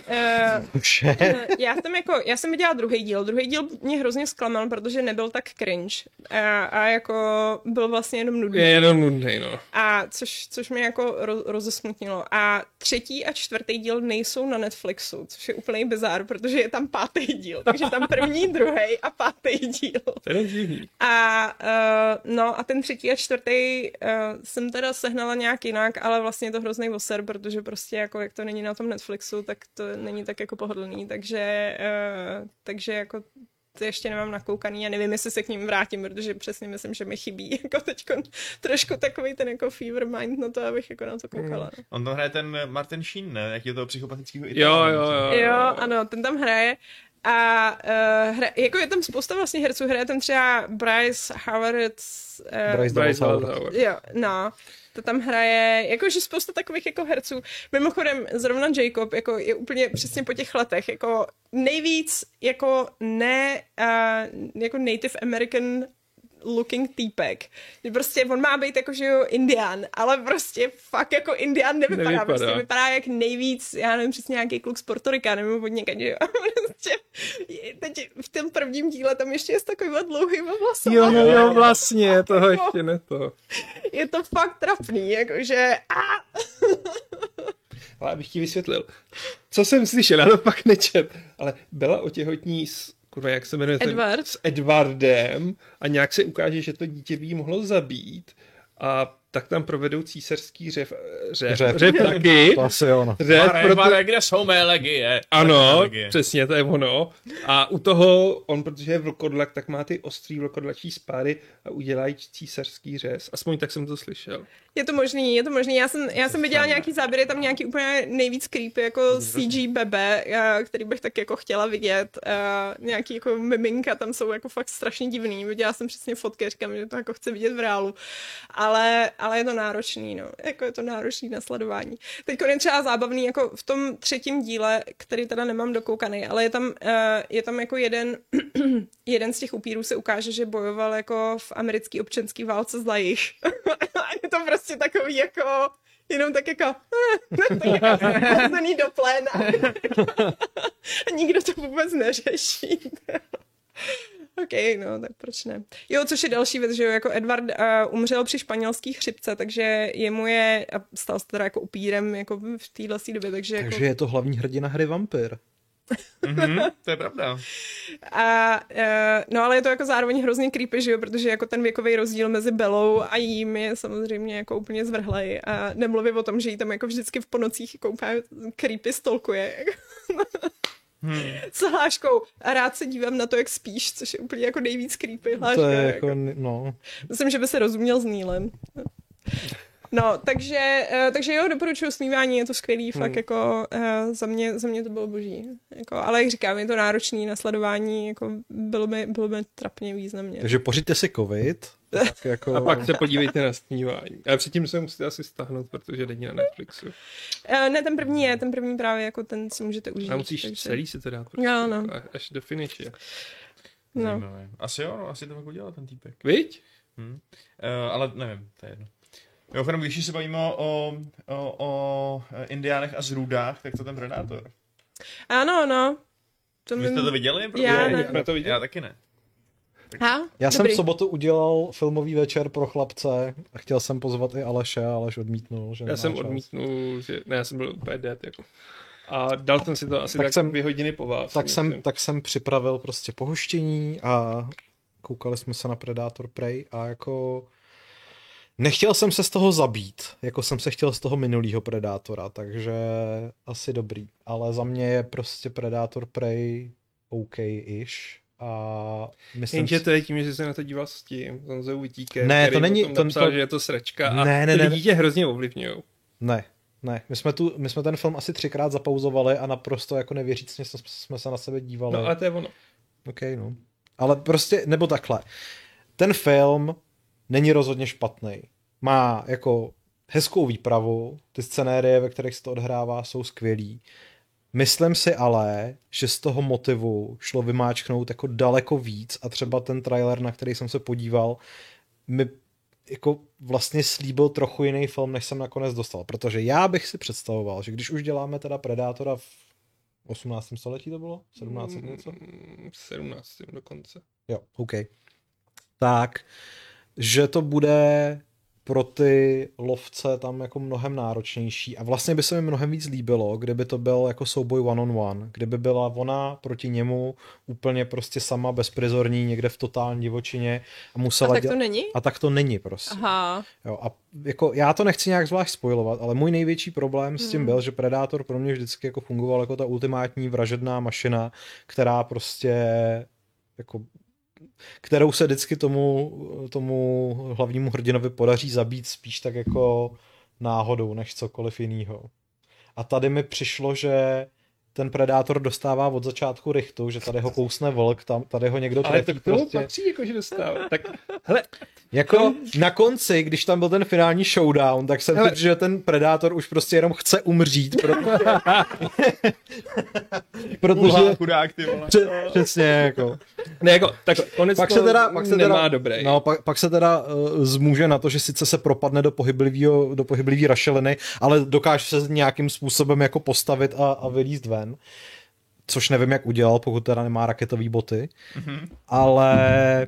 viděla druhý díl. Druhý díl mě hrozně zklamal, protože nebyl tak cringe. A jako byl vlastně jenom nudný. Je jenom nudný, no. A což mě jako rozesmutnilo. A 3. a 4. díl nejsou na Netflixu, což je úplný bizár, protože je tam 5. díl. Takže tam 1., 2. a 5. díl. To je divný. A ten 3. a čtvrtý jsem teda sehnala nějak jinak, ale vlastně je to hrozný voser, protože prostě jako jak to není na tom Netflixu, tak to není tak jako pohodlný, takže jako to ještě nemám nakoukaný a nevím, jestli se k ním vrátím, protože přesně myslím, že mi chybí jako teďko trošku takový ten jako fever mind na to, abych jako na to koukala. No. On tam hraje ten Martin Sheen, ne? Jak je toho psychopatického Jo, ano, ten tam hraje. A jako je tam spousta vlastně herců, hraje tam třeba Bryce Howard. Bryce Howard. Jo, no. To tam hraje, jakože spousta takových jako herců. Mimochodem, zrovna Jacob jako je úplně přesně po těch letech, jako nejvíc jako jako Native American looking týpek. Že prostě on má být jako, že jo, Indián, ale prostě fakt jako Indián nevypadá. Prostě vypadá jak nejvíc, já nevím přesně nějaký kluk z Portorika, nebo od někde, že jo. Prostě, teď v tom prvním díle tam ještě je s takovýma dlouhýma vlasama. Jo, vlastně, toho ještě ne to. Je to fakt trapný, jakože... Ale abych ti vysvětlil. Co jsem slyšel, já to pak nečet, ale byla otěhotní kurva, jak se jmenuje Edward. S Edwardem a nějak se ukáže, že to dítě by jí mohlo zabít a tak tam provedou císařský řev taky. To asi ono. Kde jsou mé legie? Ano, přesně, to je ono. A u toho, on, protože je vlkodlak, tak má ty ostrý vlkodlačí spáry a udělají císařský řez. Aspoň tak jsem to slyšel. Je to možný. Já jsem viděla nějaký záběry, tam nějaký úplně nejvíc creepy, jako CG bebe, který bych tak jako chtěla vidět. Nějaký jako miminka, tam jsou jako fakt strašně divný. Viděla jsem přesně fotky, říkám, že to jako chci vidět v reálu. Ale je to náročný, no. Jako je to náročný na sledování. Teď je třeba zábavný, jako v tom třetím díle, který teda nemám dokoukaný, ale je tam jako jeden z těch upírů se ukáže, že bojoval jako v americké občanské válce z Lajich. Je to prostě takový jako jenom tak jako do pléna. A nikdo to vůbec neřeší. OK, no, tak proč ne. Jo, což je další věc, že jo, jako Edward umřel při španělské chřipce, takže jemu je, a stal se teda jako upírem jako v téhle době, takže jako... je to hlavní hrdina hry Vampyr. To je pravda. No ale je to jako zároveň hrozně creepy, že jo, protože jako ten věkový rozdíl mezi Bellou a jím je samozřejmě jako úplně zvrhlej a nemluvím o tom, že jí tam jako vždycky v ponocích jako úplně creepy stalkuje. S hláškou a rád se dívám na to, jak spíš, což je úplně jako nejvíc creepy hláška. To je jako, no. Myslím, že by se rozuměl s Neilem. No, takže jo, doporučuji Smívání, je to skvělý, fakt jako za mě to bylo boží. Jako, ale jak říkám, je to náročný na sledování, jako bylo by trapně významně. Takže pořiďte si covid. Tak jako... A pak se podívejte na Smívání. Ale předtím se musíte asi stáhnout, protože není na Netflixu. Ne, ten první právě jako ten si můžete užít. A musíš celý si to dát. Jo, no. Až do finiše. No. Asi jo, asi to tak udělal ten týpek. Viď? Ale nevím, to je jedno. Mimochodem, když se bavíme o indiánech a zrůdách, tak to ten Predátor. Ano, no. Vy jste to viděli? Já ne. Já taky ne. Já jsem v sobotu udělal filmový večer pro chlapce a chtěl jsem pozvat i Aleše, a Aleš odmítnul. Že já jsem odmítnul, že ne, já jsem byl úplně dead, jako. A dal jsem si to asi tak 2 hodiny po vás. Tak jsem připravil prostě pohoštění a koukali jsme se na Predator Prey a jako nechtěl jsem se z toho zabít, jako jsem se chtěl z toho minulýho Predátora, takže asi dobrý. Ale za mě je prostě Predator Prey OK-ish. A myslím jenže to je tím, že se na to díval s tím Honzou Vítíkem, ne, který to není, potom napsal, že je to sračka a ne, ty lidi tě hrozně ovlivňujou. Ne, my jsme ten film asi 3krát zapauzovali a naprosto jako nevěřícně jsme se na sebe dívali. No ale to je ono. OK, no. Ale prostě, nebo takhle. Ten film není rozhodně špatný. Má jako hezkou výpravu, ty scenérie, ve kterých se to odhrává, jsou skvělý. Myslím si ale, že z toho motivu šlo vymáčknout jako daleko víc a třeba ten trailer, na který jsem se podíval, mi jako vlastně slíbil trochu jiný film, než jsem nakonec dostal. Protože já bych si představoval, že když už děláme teda Predátora v 18. století to bylo? 17. něco? 17. dokonce. Jo, OK. Tak, že to bude pro ty lovce tam jako mnohem náročnější a vlastně by se mi mnohem víc líbilo, kdyby to byl jako souboj one-on-one, kdyby byla ona proti němu úplně prostě sama bezprizorní někde v totální divočině a musela A tak to není? A tak to není prostě. Aha. Jo, a jako já to nechci nějak zvlášť spoilovat, ale můj největší problém s tím byl, že Predátor pro mě vždycky jako fungoval jako ta ultimátní vražedná mašina, která prostě jako kterou se vždycky tomu hlavnímu hrdinovi podaří zabít spíš tak jako náhodou, než cokoliv jinýho. A tady mi přišlo, že ten Predátor dostává od začátku rychtu, že tady ho kousne vlk, tady ho někdo trefí. Ale to k tomu prostě. patří, jako že dostává. Tak, hele, jako na konci, když tam byl ten finální showdown, tak jsem cítil, že ten Predátor už prostě jenom chce umřít, protože chudák, ty vole. přesně jako. ne, jako, tak konec Pak se nemá dobrý. No, pak se teda zmůže na to, že sice se propadne do pohyblivý rašeliny, ale dokáže se nějakým způsobem jako postavit a vylízt ven. Což nevím, jak udělal, pokud teda nemá raketový boty. Ale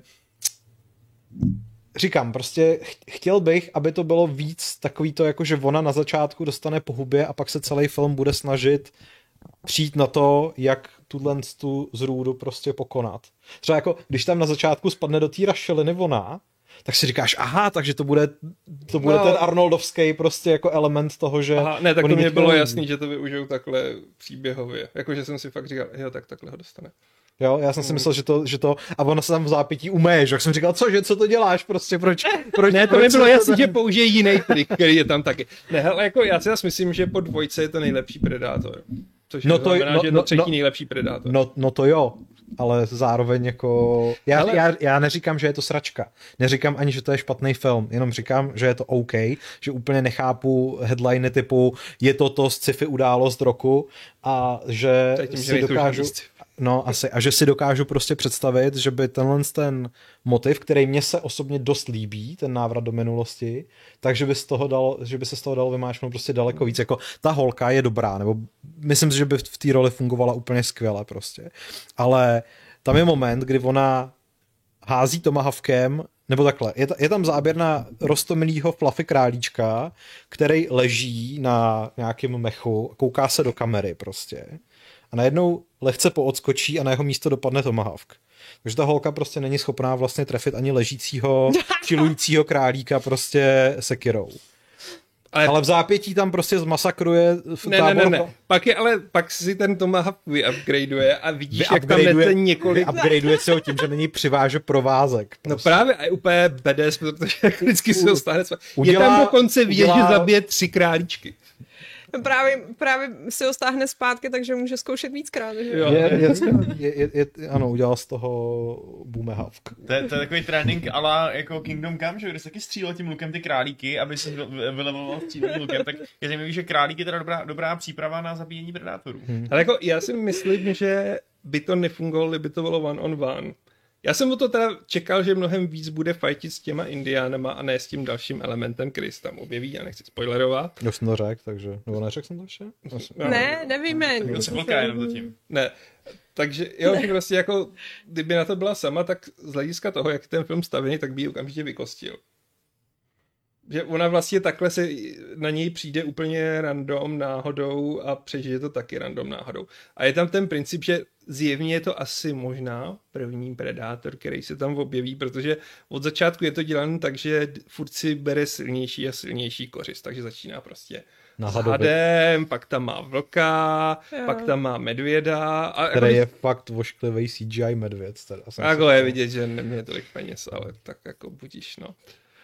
říkám, prostě chtěl bych, aby to bylo víc takový to, jako že ona na začátku dostane po hubě a pak se celý film bude snažit přijít na to, jak tu zrůdu prostě pokonat. Třeba jako, když tam na začátku spadne do té rašeliny ona, tak si říkáš, aha, takže to bude ten Arnoldovský prostě jako element toho, že... Aha, ne, tak to mě bylo jasný, že to využijou takhle příběhově. Jakože jsem si fakt říkal, jo, tak takhle ho dostane. Jo, já jsem si myslel, že to a ona se tam v zápětí umeje, že? Jak jsem říkal, co to děláš prostě, proč ne, to mi bylo jasný, že použije jiný trik, který je tam taky. Ne, hele, jako já si zase myslím, že po dvojce je to nejlepší Predátor. Což znamená, že je to třetí nejlepší Predátor. No to jo, ale zároveň jako... Já neříkám, že je to sračka. Neříkám ani, že to je špatný film. Jenom říkám, že je to OK, že úplně nechápu headliny typu je to sci-fi událost roku a že si dokážu... No asi. A že si dokážu prostě představit, že by ten motiv, který mně se osobně dost líbí, ten návrat do minulosti, takže by se z toho dalo vymáčknout prostě daleko víc. Jako ta holka je dobrá, nebo myslím si, že by v té roli fungovala úplně skvěle prostě. Ale tam je moment, kdy ona hází tomahawkem, nebo takhle, je tam záběr na roztomilýho Fluffy králíčka, který leží na nějakém mechu, kouká se do kamery prostě. A najednou lehce poodskočí a na jeho místo dopadne tomahawk. Takže ta holka prostě není schopná vlastně trefit ani ležícího, čilujícího králíka prostě sekirou. Ale v zápětí tam prostě zmasakruje tábor. Ne. Pak si ten tomahawk vyupgradeuje a vidíš, jak tam nese několik... Vyupgradeuje si ho tím, že není přiváže provázek. Prostě. No právě a je úplně badass, protože vždycky se ho stáhne. Je tam dokonce vidět, že zabije 3 králíčky. Právě si ho stáhne zpátky, takže může zkoušet víckrát. Že? Ano, udělal z toho boomehawk. To je takový trénink ala jako Kingdom Come, že když se taky střílel tím lukem ty králíky, aby se vylevoval střílení lukem, tak je zajímavý, že králík je teda dobrá příprava na zabíjení predátorů. Ale jako já si myslím, že by to nefungovalo, kdyby to bylo one on one. Já jsem o to teda čekal, že mnohem víc bude fajtit s těma indiánama a ne s tím dalším elementem, který se tam objeví, já nechci spoilerovat. Už jsem to řekl, takže... Nebo neřekl jsem to ještě? Ne, nevíme. To se polká jenom zatím. Ne, takže jo, že prostě jako, kdyby na to byla sama, tak z hlediska toho, jak ten film stavěný, tak by ji okamžitě vykostil. Že ona vlastně takhle se na něj přijde úplně random náhodou a přežije to taky random náhodou. A je tam ten princip, že zjevně je to asi možná první predátor, který se tam objeví, protože od začátku je to dělané tak, že furt si bere silnější a silnější kořist, takže začíná prostě s hadem, pak tam má vlka, pak tam má medvěda. A který je fakt vošklivý CGI medvěd. Jako je vidět, že neměl tolik peněz, ale tak jako budíš, no.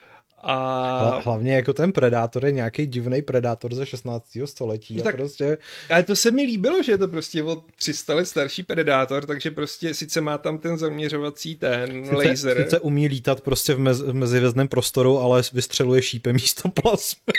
A... Hlavně jako ten predátor je nějaký divný predátor ze 16. století. Tak, prostě... Ale to se mi líbilo, že je to prostě o 300 let starší predátor, takže prostě sice má tam ten zaměřovací laser. Sice umí lítat prostě v mezivězdném prostoru, ale vystřeluje šípem místo plasmy.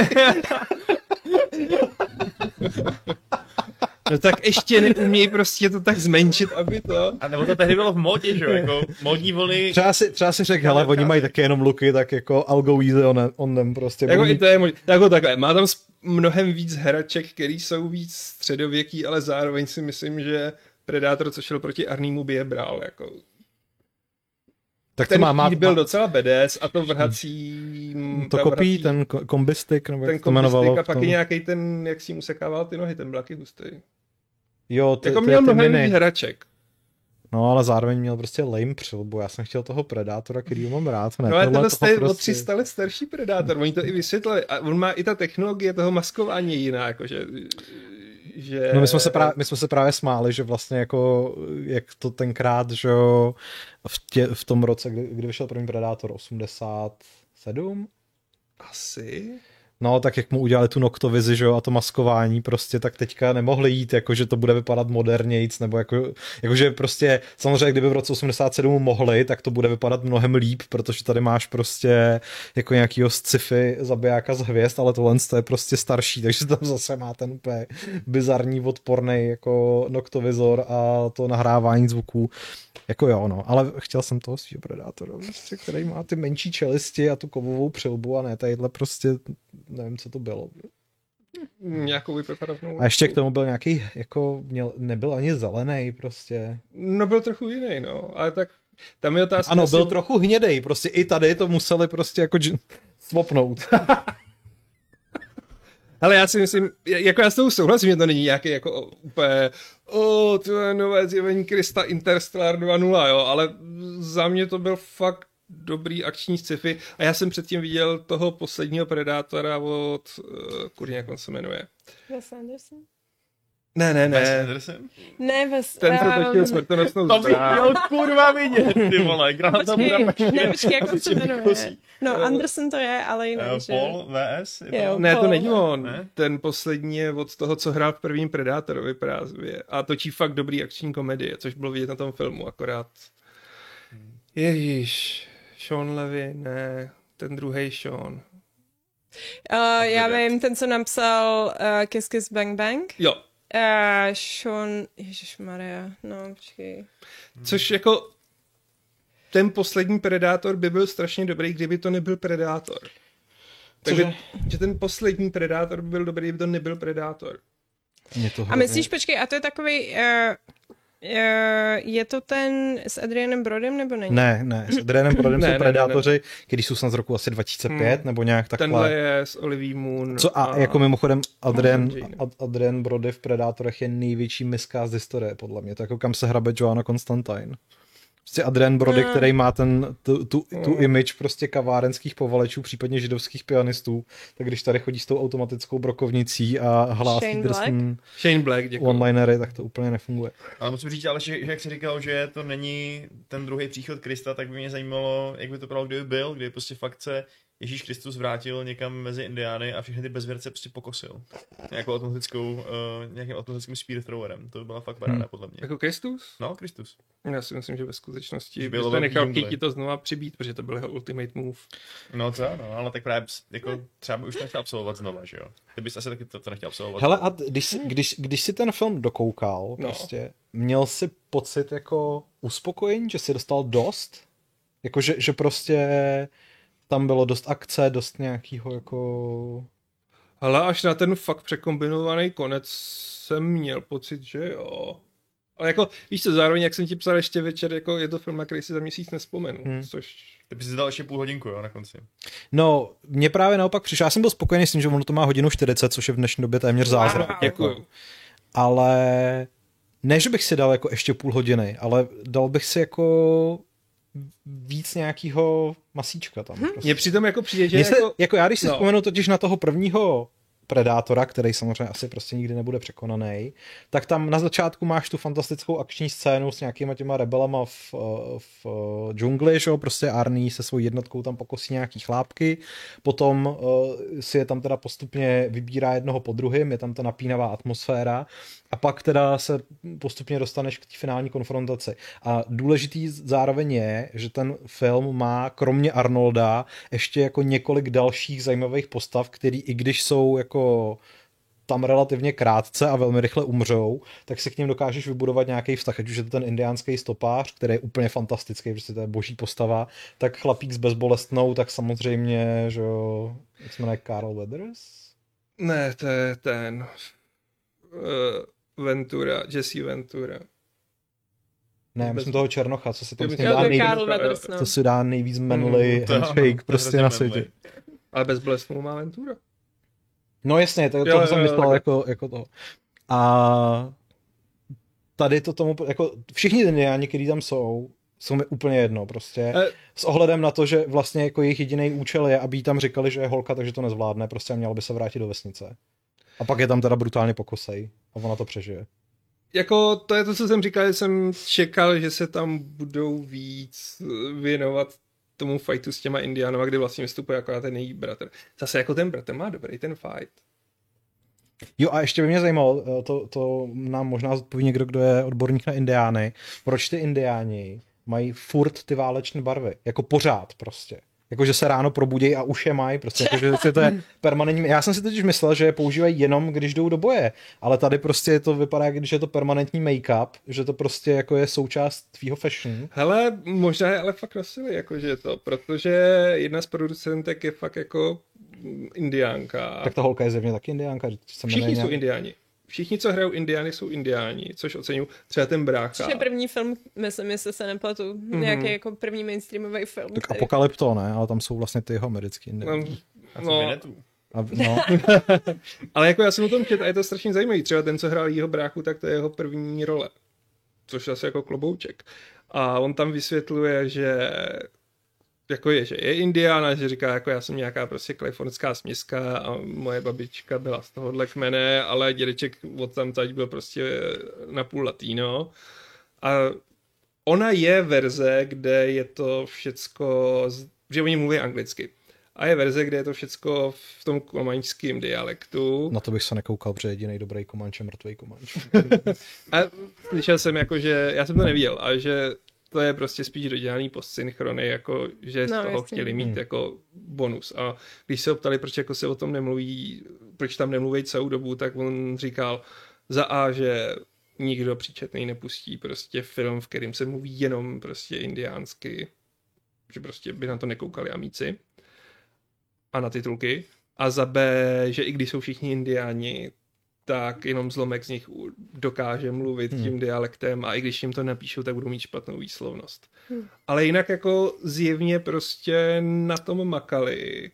No tak ještě neumějí prostě to tak zmenšit, aby to... A nebo to tehdy bylo v modě, že jo, jako modní vlny... Třeba si řekl, hele, oni mají také jenom luky, tak jako I'll go easy on them prostě. Jako i to je možné, jako takhle, má tam mnohem víc hraček, který jsou víc středověký, ale zároveň si myslím, že Predátor, co šel proti Arnímu, by je bral, jako... Tak ten má byl docela badass a to vrhací... To kopí, ten kombistik, nebo jak to jmenovalo. A pak i nějaký ten, jak si mu sekával ty nohy, ten byl taky hustý. Jo, jako měl mnohem víc hraček. No, ale zároveň měl prostě lame přilbu. Já jsem chtěl toho Predátora, který mám rád. Ne, no, ale tohle je prostě... o 300 let starší Predátor. Oni to i vysvětlili. A on má i ta technologie toho maskování jiná, jakože... Že... No my jsme se právě smáli, že vlastně jako, jak to tenkrát, že v tom roce, kdy vyšel první Predátor, 87? Asi... No, tak jak mu udělali tu noktovizi, že jo, a to maskování prostě, tak teďka nemohli jít, jako že to bude vypadat modernějc, nebo jakože prostě, samozřejmě kdyby v roce 87 mohli, tak to bude vypadat mnohem líp, protože tady máš prostě jako nějakýho sci-fi zabijáka z hvězd, ale tohle je prostě starší, takže tam zase má ten úplně bizarní, odporný jako noktovizor a to nahrávání zvuků. Jako jo, no, ale chtěl jsem toho svýho Predátora, prostě, který má ty menší čelisti a tu kovovou přilbu a ne tadyhle prostě, nevím, co to bylo. Nějakou vypreparavnou. A ještě k tomu byl nějaký, jako nebyl ani zelený prostě. No byl trochu jiný, no, ale tak tam je otázka. Ano, byl trochu hnědej, prostě i tady to museli prostě jako swapnout. Ale já si myslím, jako já s tou souhlasím, že to není nějaký jako úplně to je nové zjevení Krista Interstellar 2.0, jo, ale za mě to byl fakt dobrý akční sci-fi a já jsem předtím viděl toho posledního Predátora od, kurně, jak on se jmenuje. Wes Anderson? Ne. Ne, ten to točil smrtonosnou zbraň. To bych měl kurva vidět, ty vole, Granata Budapešti. Počkej, jak se jmenuje. No, Anderson to je, ale jinak, že... Paul V.S.? Ne, to není on. Ne? Ten poslední je od toho, co hrál v prvním Predátorovi právě. A točí fakt dobrý akční komedie, což bylo vidět na tom filmu, akorát. Ježíš, Sean Levy, ne, ten druhej Sean. Já vím, ten, co napsal Kiss Kiss Bang Bang. Jo. Sean, ježišmarja, no počkej. Což jako ten poslední Predátor by byl strašně dobrý, kdyby to nebyl Predátor. Takže že ten poslední Predátor by byl dobrý, kdyby to nebyl Predátor. A myslíš, počkej, a to je takový... je to ten s Adrianem Brodem, nebo není? Ne, s Adrianem Brodem jsou Predátoři, který jsou snad z roku asi 2005, nebo nějak takhle. Tenhle je s Olivia Moon. A jako mimochodem Adrian Brody v Predátorech je největší miska z historie, podle mě. To jako kam se hrabe Joanna Constantine. Prostě Adrian Brody, který má tu image prostě kavárenských povalečů, případně židovských pianistů, tak když tady chodí s tou automatickou brokovnicí a hlásí Shane Black, děkuji. One-linery, tak to úplně nefunguje. Ale musím říct, ale že jak jsi říkal, že to není ten druhý příchod Krista, tak by mě zajímalo, jak by to bylo, kdyby byl, kdyby prostě fakt se Ježíš Kristus vrátil někam mezi Indiány a všechny ty bezvěrce prostě pokosil. Nějakým automatickým spear throwerem. To by byla fakt paráda, podle mě. Jako Kristus? No, Kristus. Já si myslím, že ve skutečnosti byste nechal Kiki to znova přibít, protože to byl jeho ultimate move. No co, no, ale tak právě jako třeba by už to nechtěl absolvovat znova, že jo? Ty bys asi taky to nechtěl absolvovat. Hele, a když si ten film dokoukal, prostě, měl si pocit jako uspokojení, že si dostal dost? Jako, že prostě tam bylo dost akce, dost nějakýho jako... Ale až na ten fakt překombinovaný konec jsem měl pocit, že jo. Ale jako, víš co, zároveň, jak jsem ti psal ještě večer, jako je to film, na který si za měsíc nespomenu, což... Ty bys si dal ještě půl hodinku, jo, na konci. No, mě právě naopak přišel, já jsem byl spokojený s tím, že ono to má 1:40, což je v dnešní době téměř zázrak. Děkuju. Ale ne, že bych si dal jako ještě půl hodiny, ale dal bych si jako víc nějakýho masíčka tam. Prostě. Mně přitom jako přijde, že jako já když si vzpomenu totiž na toho prvního Predátora, který samozřejmě asi prostě nikdy nebude překonaný, tak tam na začátku máš tu fantastickou akční scénu s nějakýma těma rebelama v džungli, že jo, prostě Arnie se svou jednotkou tam pokosí nějaký chlápky, potom si je tam teda postupně vybírá jednoho po druhém, je tam ta napínavá atmosféra a pak teda se postupně dostaneš k té finální konfrontaci. A důležitý zároveň je, že ten film má kromě Arnolda ještě jako několik dalších zajímavých postav, který i když jsou jako tam relativně krátce a velmi rychle umřou, tak si k ním dokážeš vybudovat nějaký vztah, ať už je to ten indiánský stopář, který je úplně fantastický, protože to je boží postava, tak chlapík s bezbolestnou, tak samozřejmě, že jo, jak se jmenuje Carl Weathers? Ne, to je ten Ventura, Jesse Ventura. Ne, myslím toho Černocha, co si tam s tím Jo, dá to je nejvíc, Karl Weathers, no. to si dá nejvíc manly To- handshake to prostě je na hrozně světě. manly. Ale bez blesku má Ventura. No jasně, to Jo, jsem jo, myslel takhle. jako toho. A tady to tomu, jako všichni indiáni, kteří tam jsou mi úplně jedno prostě. S ohledem na to, že vlastně jako jejich jediný účel je, aby jí tam říkali, že je holka, takže to nezvládne, prostě měla by se vrátit do vesnice. A pak je tam teda brutálně pokosej a ona to přežije. Jako to je to, co jsem říkal, že jsem čekal, že se tam budou víc věnovat tomu fightu s těma indiánama, kdy vlastně vystupuje jako ten její bratr. Zase jako ten bratr má dobrý ten fight. Jo a ještě by mě zajímalo, to nám možná zodpoví někdo, kdo je odborník na indiány, proč ty indiáni mají furt ty váleční barvy, jako pořád prostě. Jakože se ráno probudějí a už je mají, prostě jakože to je permanentní. Já jsem si totiž myslel, že je používají jenom, když jdou do boje, ale tady prostě to vypadá, když je to permanentní make-up, že to prostě jako je součást tvýho fashion. Hele, možná je ale fakt nosili, jakože to, protože jedna z producentek je fakt jako indiánka. Tak ta holka je zjevně taky indiánka. Všichni jsou indiáni. Všichni, co hrajou indiány, jsou indiáni, což oceňuji. Třeba ten brácha. Což je první film, myslím, jestli se nepletu, nějaký jako první mainstreamový film. Tak který... Apokalypto, ne? Ale tam jsou vlastně ty jeho americký indiáni. No, No. ale jako já jsem o tom četl a je to strašně zajímavý. Třeba ten, co hrál jeho bráchu, tak to je jeho první role. Což asi jako klobouček. A on tam vysvětluje, že jako je, že je indiána, že říká, jako já jsem nějaká prostě kalifornská směska a moje babička byla z tohohle kmene, ale dědeček od tamtať byl prostě napůl latino. A ona je verze, kde je to všecko, že oni mluví anglicky. A je verze, kde je to všecko v tom komančském dialektu. Na to bych se nekoukal, protože jedinej dobrý komanč je mrtvej komanč. A slyšel jsem jako, že já jsem to neviděl, ale že to je prostě spíš dodělaný postsynchrony, jako že z toho chtěli mít jako bonus. A když se ho ptali, proč jako se o tom nemluví, proč tam nemluví celou dobu, tak on říkal za A, že nikdo příčetný nepustí prostě film, v kterým se mluví jenom prostě indiánsky, že prostě by na to nekoukali amíci a na titulky. A za B, že i když jsou všichni indiáni, tak jenom zlomek z nich dokáže mluvit tím dialektem a i když jim to napíšou, tak budou mít špatnou výslovnost. Ale jinak jako zjevně prostě na tom makali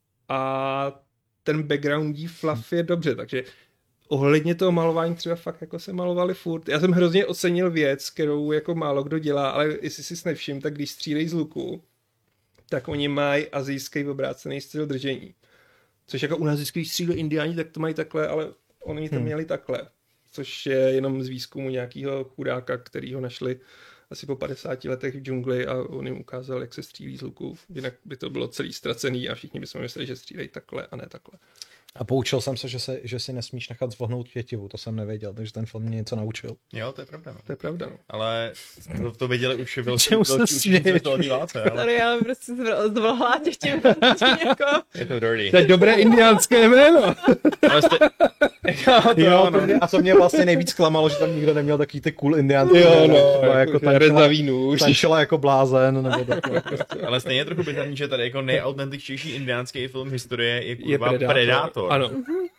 a ten backgroundí fluff je dobře, takže ohledně toho malování třeba fakt jako se malovali furt. Já jsem hrozně ocenil věc, kterou jako málo kdo dělá, ale jestli si nevšim, tak když střílejí z luku, tak oni mají asijský obrácený styl držení. Což jako u nás vždycky, když střílí indiáni, tak to mají takhle, ale oni to měli takhle. Což je jenom z výzkumu nějakého chudáka, který ho našli asi po 50 letech v džungli a on jim ukázal, jak se střílí z luku. Jinak by to bylo celý ztracený a všichni bychom mysleli, že střílejí takhle a ne takhle. A poučil jsem se, že si nesmíš nechat zvohnout květivu, to jsem nevěděl, takže ten film mě něco naučil. Jo, to je pravda. No. To je pravda, no. Ale to věděli už Čemu se směješ? válce, ale Sorry, ale prostě zvlhla tě tím jako... je to dirty. To je dobré indiánské jméno. Ale jste... Jo, to mě vlastně nejvíc klamalo, že tam nikdo neměl takový ty cool indiánský. Jo, no, jako rezavý nůž. tančila jako blázen, nebo takové. Ale stejně trochu bizarní, že tady jako nejautentičtější indiánský film historie je Je kurva Predátor. Ano.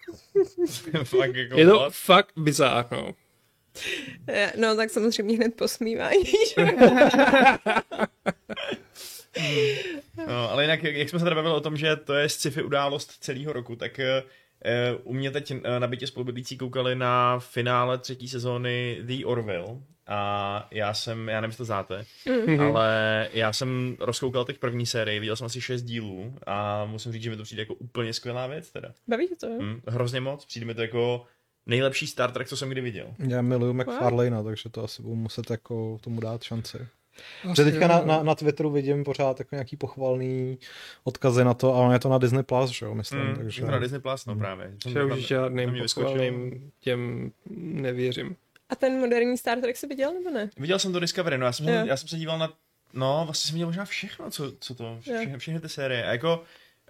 Fakt jako Je to what? fakt bizár, no. No tak samozřejmě hned posmívání. No, ale jinak, jak jsme se tady bavili o tom, že to je sci-fi událost celého roku, tak u mě teď na bytě spolubydlící koukali na finále 3. sezóny The Orville a já nevím, jestli to znáte, ale já jsem rozkoukal teď první sérii, viděl jsem asi 6 dílů a musím říct, že mi to přijde jako úplně skvělá věc teda. Baví tě to, jo? Hrozně moc, přijde mi to jako nejlepší Star Trek, co jsem kdy viděl. Já miluju McFarlane'a, takže to asi budu muset jako tomu dát šanci. Že teďka na Twitteru vidím pořád jako nějaký pochvalný odkazy na to, ale je to na Disney Plus, že jo, myslím. Takže... Je to na Disney Plus, no právě. Já už žádným pochvalným těm nevěřím. A ten moderní Star Trek jsi viděl, nebo ne? Viděl jsem to Discovery, no já jsem se díval na, no vlastně jsem viděl možná všechno, co to, všechny ty série. A jako,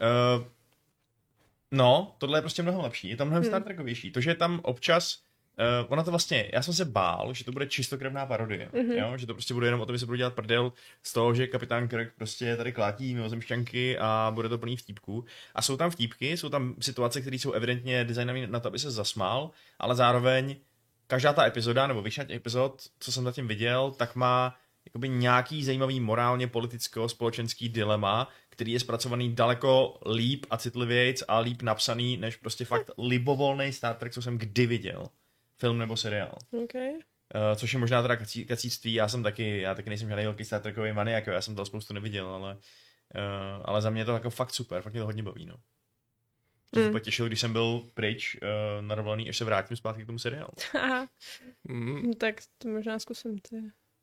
no, tohle je prostě mnohem lepší, je tam mnohem Star Trekovější. To, že je tam občas, ona to vlastně, já jsem se bál, že to bude čistokrevná parodie, jo? Že to prostě bude jenom o tom, že se bude dělat prdel z toho, že kapitán Kirk prostě tady klátí mimozemšťanky a bude to plný vtípků. A jsou tam vtípky, jsou tam situace, které jsou evidentně designové na to, aby se zasmál, ale zároveň každá ta epizoda, nebo většina těch epizod, co jsem zatím viděl, tak má jakoby nějaký zajímavý morálně politicko-společenský dilema, který je zpracovaný daleko líp a citlivějc a líp napsaný, než prostě fakt libovolný Star Trek, co jsem kdy viděl. Film nebo seriál. Okay. Což je možná teda kacíctví, já taky nejsem žádný velký Star Trekový maniak, já jsem toho spoustu neviděl, ale za mě je to jako fakt super, fakt mě to hodně baví, no. To se potěšil, když jsem byl pryč na dovolený, až se vrátím zpátky k tomu seriálu. Tak to možná zkusím ty.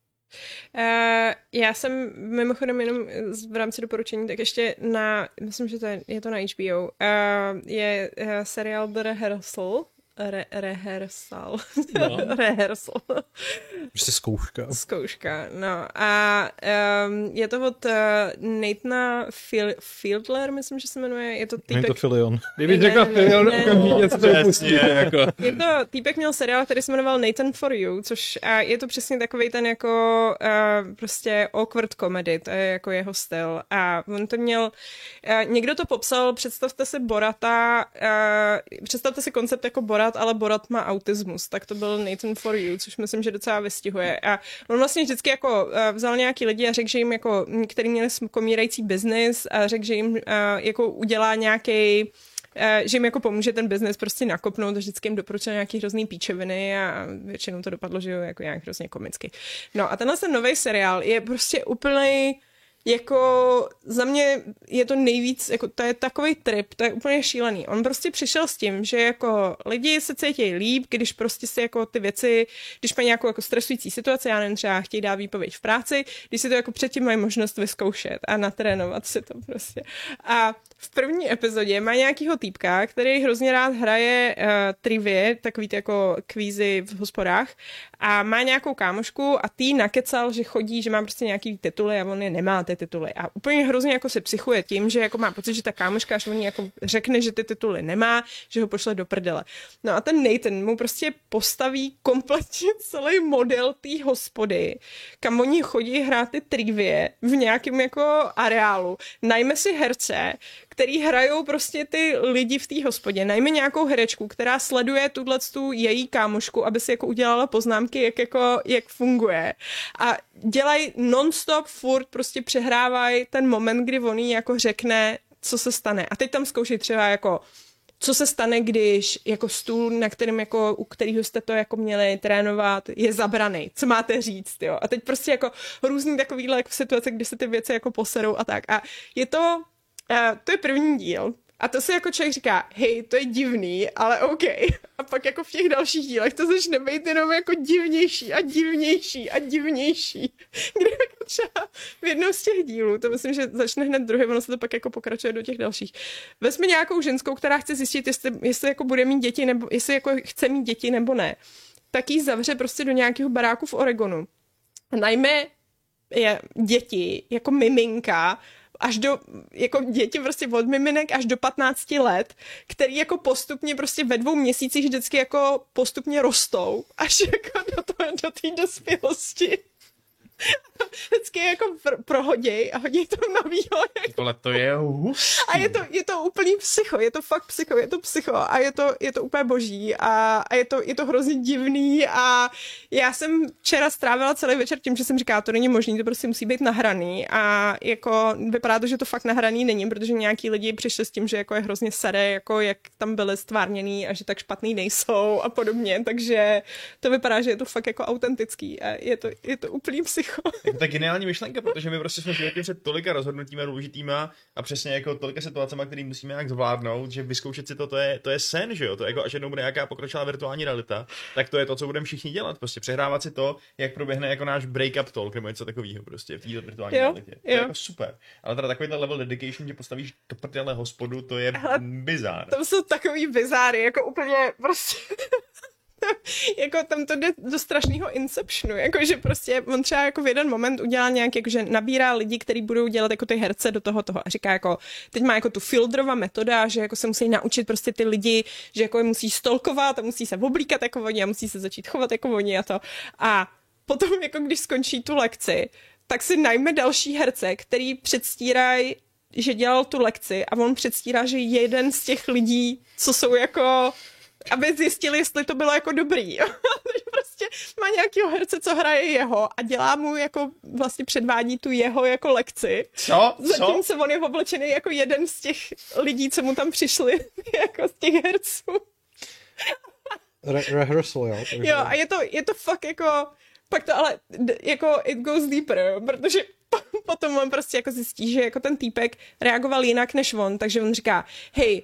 Já jsem mimochodem jenom v rámci doporučení, tak ještě myslím, že je to na HBO, je seriál The Rehearsal. Rehearsal. No. Rehearsal. Prostě zkouška, no. A je to od Nathana Fieldler, myslím, že se jmenuje. Je to týpek... Není to Filion. Kdybych řekla Filion, okamžitě co to vypustí. Jako. Je to týpek měl seriál, který se jmenoval Nathan for You, což je to přesně takovej ten jako prostě awkward comedy, to je jako jeho styl. A on to měl... někdo to popsal, představte si Borata, představte si koncept jako Borat, ale Borat má autismus, tak to byl Nathan for You, což myslím, že docela vystihuje. A on vlastně vždycky jako vzal nějaký lidi a řekl, že jim jako, který měli komírající biznis a řekl, že jim jako udělá nějaký, že jim jako pomůže ten biznis prostě nakopnout a vždycky jim doporučil nějaký hrozný píčeviny a většinou to dopadlo, že jo, jako nějak hrozně komicky. No a tenhle ten nový seriál je prostě úplnej jako za mě je to nejvíc, jako to je takovej trip, to je úplně šílený. On prostě přišel s tím, že jako lidi se cítí líp, když prostě si jako ty věci, když mají nějakou jako stresující situaci, já nevím, třeba chtějí dát výpověď v práci, když si to jako předtím mají možnost vyzkoušet a natrénovat si to prostě. A v první epizodě má nějakýho týpka, který hrozně rád hraje trivie, takový ty jako kvízy v hospodách a má nějakou kámošku a tý nakecal, že chodí, že má prostě nějaký tituly a on je nemá ty tituly. A úplně hrozně jako se psychuje tím, že jako má pocit, že ta kámoška, až on jako řekne, že ty tituly nemá, že ho pošle do prdele. No a ten Nathan mu prostě postaví kompletně celý model té hospody, kam oni chodí hrát ty trivie v nějakém jako areálu. Najme si herce, který hrajou prostě ty lidi v té hospodě. Najme nějakou herečku, která sleduje tu její kámošku, aby si jako udělala poznámky, jak funguje. A dělají non-stop furt, prostě přehrávají ten moment, kdy on jí jako řekne, co se stane. A teď tam zkouší třeba jako co se stane, když jako stůl, na kterým jako, u kterého jste to jako měli trénovat, je zabraný. Co máte říct, jo? A teď prostě jako různý takovýhle jako situace, kdy se ty věci jako poserou a tak. A je to je první díl. A to si jako člověk říká, hej, to je divný, ale OK. A pak jako v těch dalších dílech to začne být jenom jako divnější a divnější a divnější. Kdy jako třeba v jednom z těch dílů, to myslím, že začne hned druhý, ono se to pak jako pokračuje do těch dalších. Vezme nějakou ženskou, která chce zjistit, jestli jako bude mít děti, nebo jestli jako chce mít děti nebo ne. Tak jí zavře prostě do nějakého baráku v Oregonu. Najme děti jako miminka, až do, jako děti prostě od miminek až do 15 let, který jako postupně prostě ve 2 měsících vždycky jako postupně rostou, až jako do té dospělosti. Vždycky jako prohoděj a hodí to novýho. Tohle to je hustý. A je to úplný psycho, je to fakt psycho, je to psycho a je to úplně boží a je to hrozně divný a já jsem včera strávila celý večer tím, že jsem říkala, to není možný, to prostě musí být nahraný a jako vypadá to, že to fakt nahraný není, protože nějaký lidi přišli s tím, že jako je hrozně staré, jako jak tam byly stvárněný a že tak špatný nejsou a podobně, takže to vypadá, že je to fakt jako autentický a je to úplný psycho. Jako ta geniální myšlenka, protože my prostě jsme životě před tolika rozhodnutíma důležitýma a přesně jako tolika situacemi, které musíme nějak zvládnout, že vyzkoušet si to je sen, že jo? To je jako až jednou bude nějaká pokročilá virtuální realita, tak to je to, co budeme všichni dělat, prostě přehrávat si to, jak proběhne jako náš break-up talk nebo něco takového prostě v této virtuální realitě. To je jako super. Ale teda takovýhle level dedication, že postavíš do prdele hospodu, to je bizár. Tam jsou takový bizáry, jako úplně prostě jako tam to jde do strašného inceptionu, jakože prostě on třeba jako v jeden moment udělá nějak, jakože nabírá lidi, kteří budou dělat jako ty herce do toho a říká jako, teď má jako tu Fieldrova metoda, že jako se musí naučit prostě ty lidi, že jako je musí stalkovat a musí se oblíkat jako oni a musí se začít chovat jako oni a to. A potom jako když skončí tu lekci, tak si najme další herce, který předstírají, že dělal tu lekci a on předstírá, že jeden z těch lidí, co jsou jako aby zjistili, jestli to bylo jako dobrý. prostě má nějakýho herce, co hraje jeho a dělá mu jako vlastně předvádí tu jeho jako lekci. Co? Zatímco on je oblečený jako jeden z těch lidí, co mu tam přišli, jako z těch herců. Rehearsal, jo. Takže... Jo, a je to fakt jako, pak to ale jako it goes deeper, jo, protože potom on prostě jako zjistí, že jako ten týpek reagoval jinak než on, takže on říká, hej,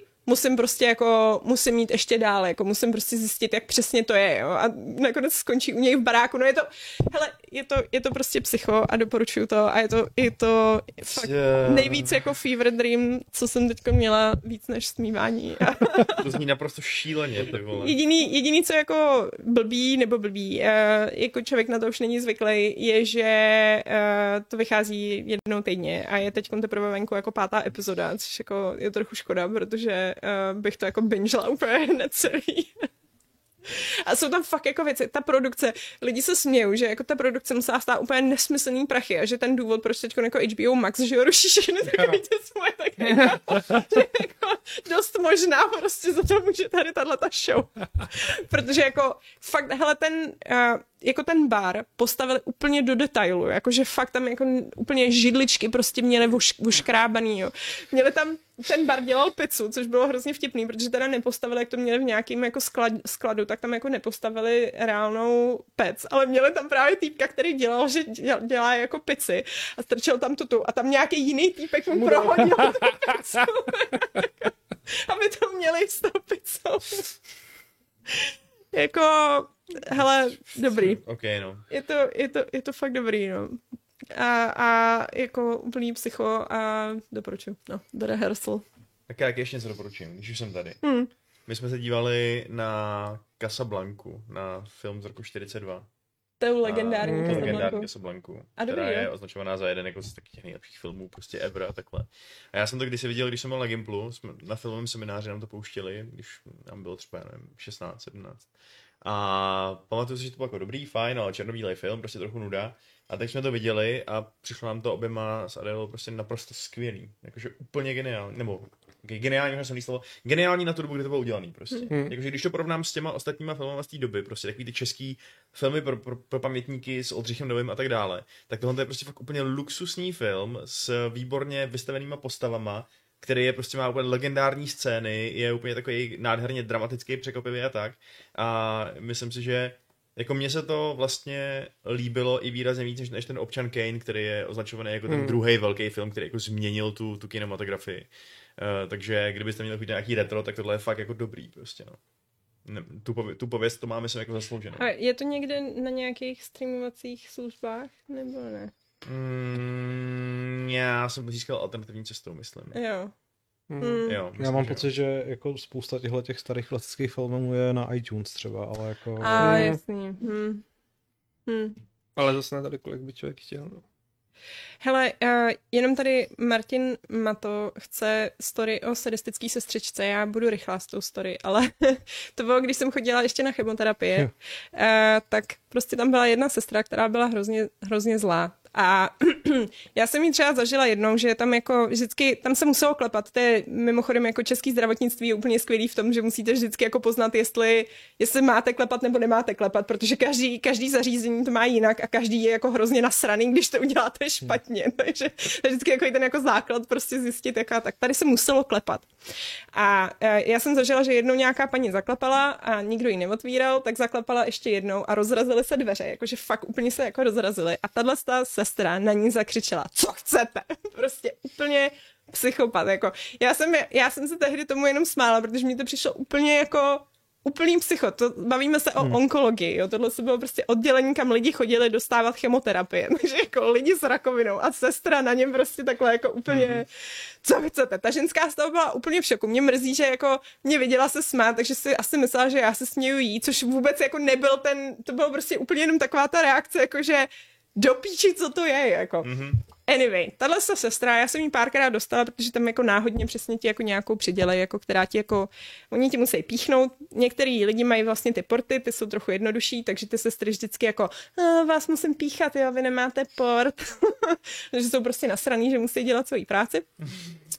musím jít ještě dále, jako musím prostě zjistit, jak přesně to je, jo, a nakonec skončí u něj v baráku, no je to prostě psycho a doporučuju to a je to fakt nejvíc jako fever dream, co jsem teďko měla víc než smívání. To zní naprosto šíleně, ty vole. Jediný, co jako blbý, jako člověk na to už není zvyklý, je, že to vychází jednou týdně a je teďko teprve venku jako 5. epizoda, což jako je trochu škoda, protože bych to jako bingela úplně hned celý. A jsou tam fakt jako věci, ta produkce, lidi se smějou, že jako ta produkce musela stát úplně nesmyslný prachy a že ten důvod, proč teď jako HBO Max, že jo, ruší všechny takový ty svoje, tak jako dost možná prostě za to může tady tato show. Protože jako fakt, hele, ten bar postavili úplně do detailu, jakože fakt tam jako úplně židličky prostě měli oškrábaný, jo. Měli tam, ten bar dělal pizzu, což bylo hrozně vtipný, protože teda nepostavili, jak to měli v nějakým jako skladu, tak tam jako nepostavili reálnou pec, ale měli tam právě týpka, který dělal, že dělá jako pici a strčil tam tutu a tam nějaký jiný týpek mu prohodil tu pizzu, aby to měli s tou pizzou. Jako, hele, dobrý. Okay, no. Je to fakt dobrý, no. A jako úplný psycho a doporučuji, no, The Rehearsal. Tak já ještě něco doporučím, když už jsem tady. My jsme se dívali na Casablancu, na film z roku 42. Tou legendární Casablancu, která je označovaná za jeden jako z takových nejlepších filmů prostě ever a takhle. A já jsem to kdysi viděl, když jsem byl na Gimplu, na filmovém semináři nám to pouštěli, když nám bylo třeba, nevím, 16, 17. A pamatuju si, že to bylo jako dobrý, fajn, ale černobílej film, prostě trochu nuda. A teď jsme to viděli a přišlo nám to oběma s Adélou prostě naprosto skvělý. Jakože úplně geniální, nebo geniální, možná jsem slovo, geniální na tu dobu, kdy to bylo udělaný prostě. Jakože když to porovnám s těma ostatníma filmama z té doby, prostě takový ty český filmy pro pamětníky s Oldřichem Novým a tak dále, tak tohle je prostě fakt úplně luxusní film s výborně vystavenýma postavama, který je prostě má úplně legendární scény, je úplně takový nádherně dramatický, překvapivý a tak. A myslím si, že jako mně se to vlastně líbilo i výrazně víc než ten Občan Kane, který je označovaný jako ten druhý velký film, který jako změnil tu kinematografii. Takže kdybyste měli chuť nějaký retro, tak tohle je fakt jako dobrý prostě, no. Tu pověst to máme jako zaslouženou. A je to někde na nějakých streamovacích službách, nebo ne? Já jsem to získal alternativní cestou, myslím. Jo. Jo, myslím, já mám pocit, že jako spousta těch starých klasických filmů je na iTunes třeba, ale jako... Jasný. Ale zase ne tady, kolik by člověk chtěl, no. Hele, jenom tady Martin Mato chce story o sadistický sestřičce, já budu rychlá s tou story, ale to bylo, když jsem chodila ještě na chemoterapii, tak prostě tam byla jedna sestra, která byla hrozně zlá. A já jsem ji třeba zažila jednou, že tam jako vždycky, tam se muselo klepat, to je mimochodem jako český zdravotnictví je úplně skvělý v tom, že musíte vždycky jako poznat, jestli máte klepat nebo nemáte klepat, protože každý zařízení to má jinak a každý je jako hrozně nasraný, když to uděláte špatně, takže vždycky jako ten jako základ prostě zjistit, jaká, tak tady se muselo klepat. A já jsem zažila, že jednou nějaká paní zaklepala a nikdo ji neotvíral, tak zaklepala ještě jednou a rozrazily se dveře, jakože fakt úplně se jako rozrazily a tahle sestra na ní zakřičela, co chcete? Prostě úplně psychopat, jako. Já jsem se tehdy tomu jenom smála, protože mi to přišlo úplně jako úplný psycho. Bavíme se o onkologii, jo. Tohle se bylo prostě oddělení, kam lidi chodili dostávat chemoterapie, takže jako lidi s rakovinou a sestra na něm prostě takhle jako úplně, co chcete. Ta ženská z toho byla úplně v šoku. Mě mrzí, že jako mě viděla se smát, takže si asi myslela, že já se směju jí, což vůbec jako nebyl to bylo prostě úplně jenom taková ta reakce, jako že do píči, co to je, jako. Anyway, tahle sestra, já jsem jí párkrát dostala, protože tam jako náhodně přesně ti jako nějakou přidělej, jako která ti jako, oni ti musí píchnout, některý lidi mají vlastně ty porty, ty jsou trochu jednodušší, takže ty sestry vždycky jako, vás musím píchat, jo, vy nemáte port, že jsou prostě nasraný, že musí dělat svoji práci.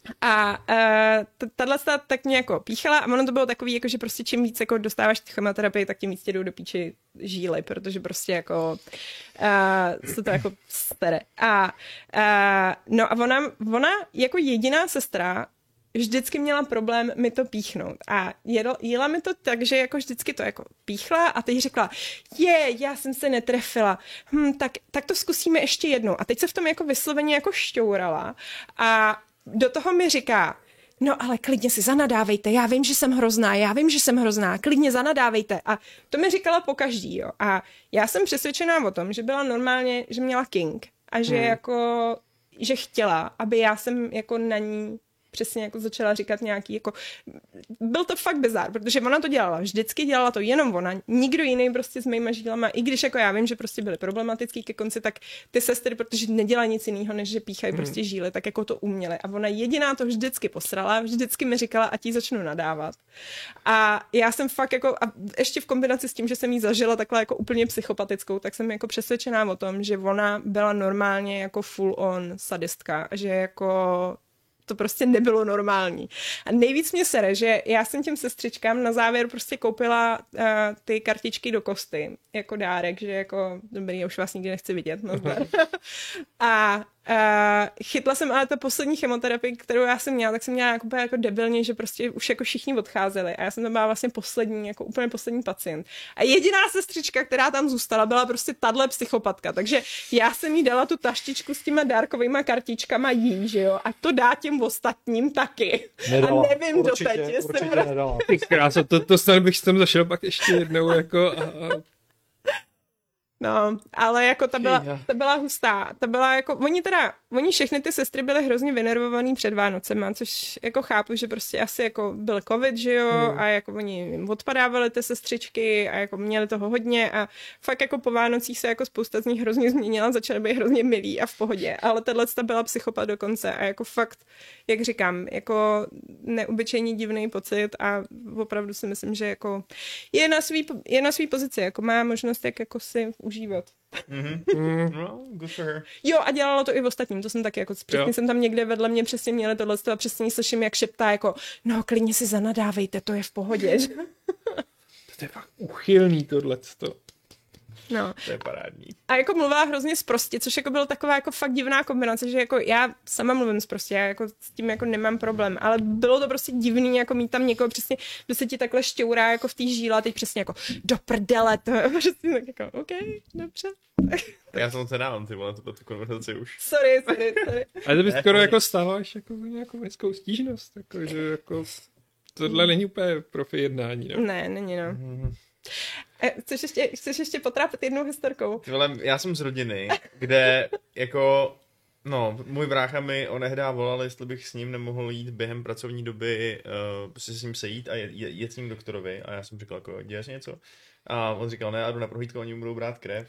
A tahle tak mě jako píchala a ono to bylo takový, jako že prostě čím víc jako dostáváš chemoterapii, tak tím víc tě jdou do píči žíly, protože prostě jako se to jako stare. No a ona jako jediná sestra vždycky měla problém mi to píchnout a jela mi to tak, že jako vždycky to jako píchla a teď řekla, já jsem se netrefila, tak to zkusíme ještě jednou. A teď se v tom jako vysloveně jako šťourala a do toho mi říká, no ale klidně si zanadávejte, já vím, že jsem hrozná, klidně zanadávejte. A to mi říkala pokaždý, jo. A já jsem přesvědčená o tom, že byla normálně, že měla king a že jako, že chtěla, aby já jsem jako na ní přesně jako začala říkat nějaký, jako, byl to fakt bizár, protože ona to dělala vždycky, dělala to jenom ona, nikdo jiný prostě s mýma žílama, i když jako já vím, že prostě byly problematický ke konci, tak ty sestry, protože nedělají nic jiného, než že píchají prostě žíly, tak jako to uměly. A ona jediná to vždycky posrala, vždycky mi říkala, ať jí začnu nadávat. A já jsem fakt jako, a ještě v kombinaci s tím, že jsem jí zažila takhle jako úplně psychopatickou, tak jsem jako přesvědčená o tom, že ona byla normálně jako full on sadistka, že jako to prostě nebylo normální. A nejvíc mě sere, že já jsem těm sestřičkám na závěr prostě koupila ty kartičky do kosty jako dárek, že jako dobrý, já už vás nikdy nechci vidět. No a chytla jsem ale ta poslední chemoterapii, kterou já jsem měla, tak jsem měla jako debilně, že prostě už jako všichni odcházeli a já jsem tam byla vlastně poslední, jako úplně poslední pacient. A jediná sestřička, která tam zůstala, byla prostě tahle psychopatka, takže já jsem jí dala tu taštičku s těma dárkovýma kartičkama jí, že jo, a to dá těm ostatním taky. Nedala. A nevím doteď, jestli nedala. Ty krása, to snad bych si tam zašel pak ještě jednou jako No, ale jako ta byla hustá. Ta byla jako, oni všechny ty sestry byly hrozně vynervovaný před Vánocema, což jako chápu, že prostě asi jako byl covid, že jo, a jako oni jim odpadávaly ty sestřičky a jako měli toho hodně a fakt jako po Vánocích se jako spousta z nich hrozně změnila, začaly být hrozně milí a v pohodě, ale tato byla psychopat dokonce a jako fakt, jak říkám, jako neobyčejně divný pocit a opravdu si myslím, že jako je na svý pozici, jako má možnost jak jako si užívat. No, good for her. Jo, a dělalo to i v ostatním, to jsem taky jako, přesně jsem tam někde vedle mě přesně měli tohle a přesně slyším, jak šeptá jako, no klidně si zanadávejte, to je v pohodě. To je fakt uchylný tohleto. No. To je parádní. A jako mluvila hrozně sprostě, což jako byla taková jako fakt divná kombinace, že jako já sama mluvím sprostě, já jako s tím jako nemám problém, ale bylo to prostě divný, jako mít tam někoho přesně, kdo se ti takhle šťourá jako v té žíle, teď přesně jako do prdele, to je přesně tak jako, OK, dobře. Já jsem to nedávám, ty vole, tu konverzaci už. Sorry. Ale to by skoro jako stáváš jako nějakou hezkou stížnost, jako, že jako tohle není úplně profi jednání, no. Ne, není, no. Chceš ještě potrápit jednou historkou? Ty vole, já jsem z rodiny, kde jako, no, můj brácha mi onehdá volal, jestli bych s ním nemohl jít během pracovní doby, prostě s ním sejít a jet s ním k doktorovi a já jsem říkal, jako, děláš něco? A on říkal, ne, já jdu na prohlídku, oni mu budou brát krev.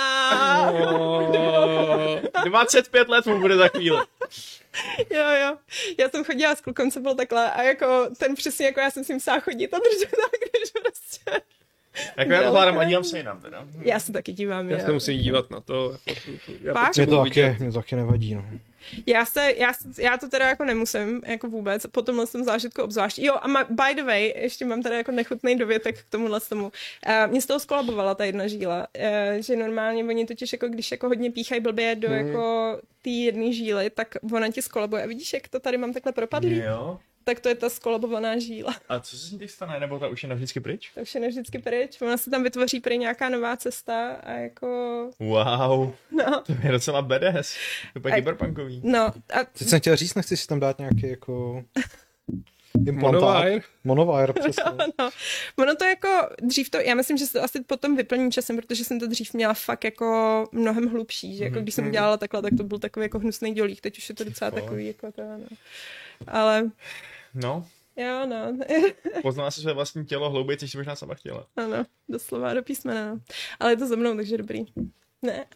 25 let mu bude za chvíli. Jo. Já jsem chodila s klukem, co byl takhle a jako ten přesně jako já jsem s ním musela chodit a držet tak, když prostě... Jako já to zvládám a dívám se jinam teda. Já se taky dívám. Já se musím dívat na to. Mě to taky nevadí, no. Já to teda jako nemusím, jako vůbec, po tomhle jsem zážitku obzvlášť. Jo, a by the way, ještě mám teda jako nechutný dovětek k tomuhle tomu. Mně z toho skolabovala ta jedna žíla, že normálně oni totiž jako, když jako hodně píchají blbě do jako té jedné žíly, tak ona ti skolabuje. A vidíš, jak to tady mám takhle propadlý? Jo. Tak to je ta skolabovaná žíla. A co se s tím stane? Nebo ta už je navždycky pryč? To už je navždycky pryč. Ona se tam vytvoří prý nějaká nová cesta a jako... Wow. No. To je docela badass. To je kyberpunkový. No. A... Teď jsem chtěl říct, nechci si tam dát nějaký jako... implantát. Monovire, přesně. No. Ono to jako, dřív to, já myslím, že se to asi potom vyplní časem, protože jsem to dřív měla fakt jako mnohem hlubší, že jako když jsem dělala takhle, tak to byl takový jako hnusný dělík, teď už je to docela takový jako to, no. Ale... No. Jo, no. Poznala si své vlastní tělo hlouběji, což si možná sama chtěla. Ano, doslova do písmena, no. Ale je to za mnou, takže dobrý. Ne.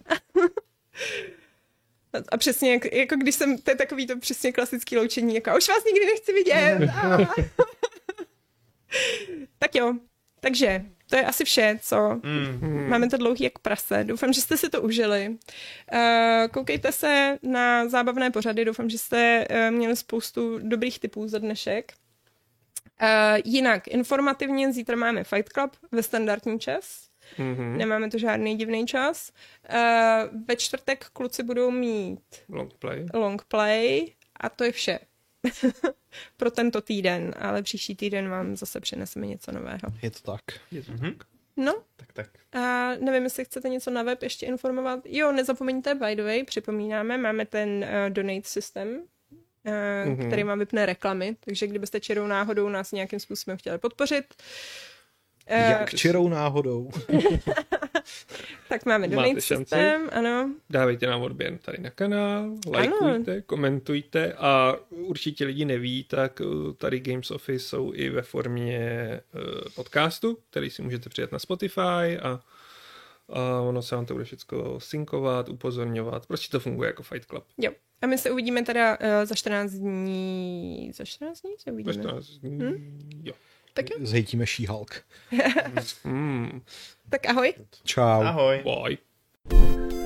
A přesně, jako když jsem, to je takový to přesně klasický loučení, jako už vás nikdy nechci vidět. Tak jo, Takže to je asi vše, co máme to dlouhý jak prase. Doufám, že jste si to užili. Koukejte se na zábavné pořady, doufám, že jste měli spoustu dobrých tipů za dnešek. Jinak, informativně, zítra máme Fight Club ve standardní čas. Nemáme to žádný divný čas. Ve čtvrtek kluci budou mít long play a to je vše. Pro tento týden, ale příští týden vám zase přineseme něco nového. Je to tak. No. Tak. A nevím, jestli chcete něco na web ještě informovat. Jo, nezapomeňte, by the way, připomínáme, máme ten donate systém, který vám vypne reklamy, takže kdybyste čirou náhodou nás nějakým způsobem chtěli podpořit. Jak čirou náhodou. Tak máme donate systém, ano. Dávejte nám odběr tady na kanál, lajkujte, komentujte a určitě lidi neví, tak tady Games Office jsou i ve formě podcastu, který si můžete přijet na Spotify a ono se vám to bude všechno synkovat, upozorňovat. Prostě to funguje jako Fight Club. Jo. A my se uvidíme teda za 14 dní. Za 14 dní se uvidíme. Za 14 dní, jo. Tak jo. Zhejtíme She-Hulk. Tak ahoj. Čau. Ahoj. Bye.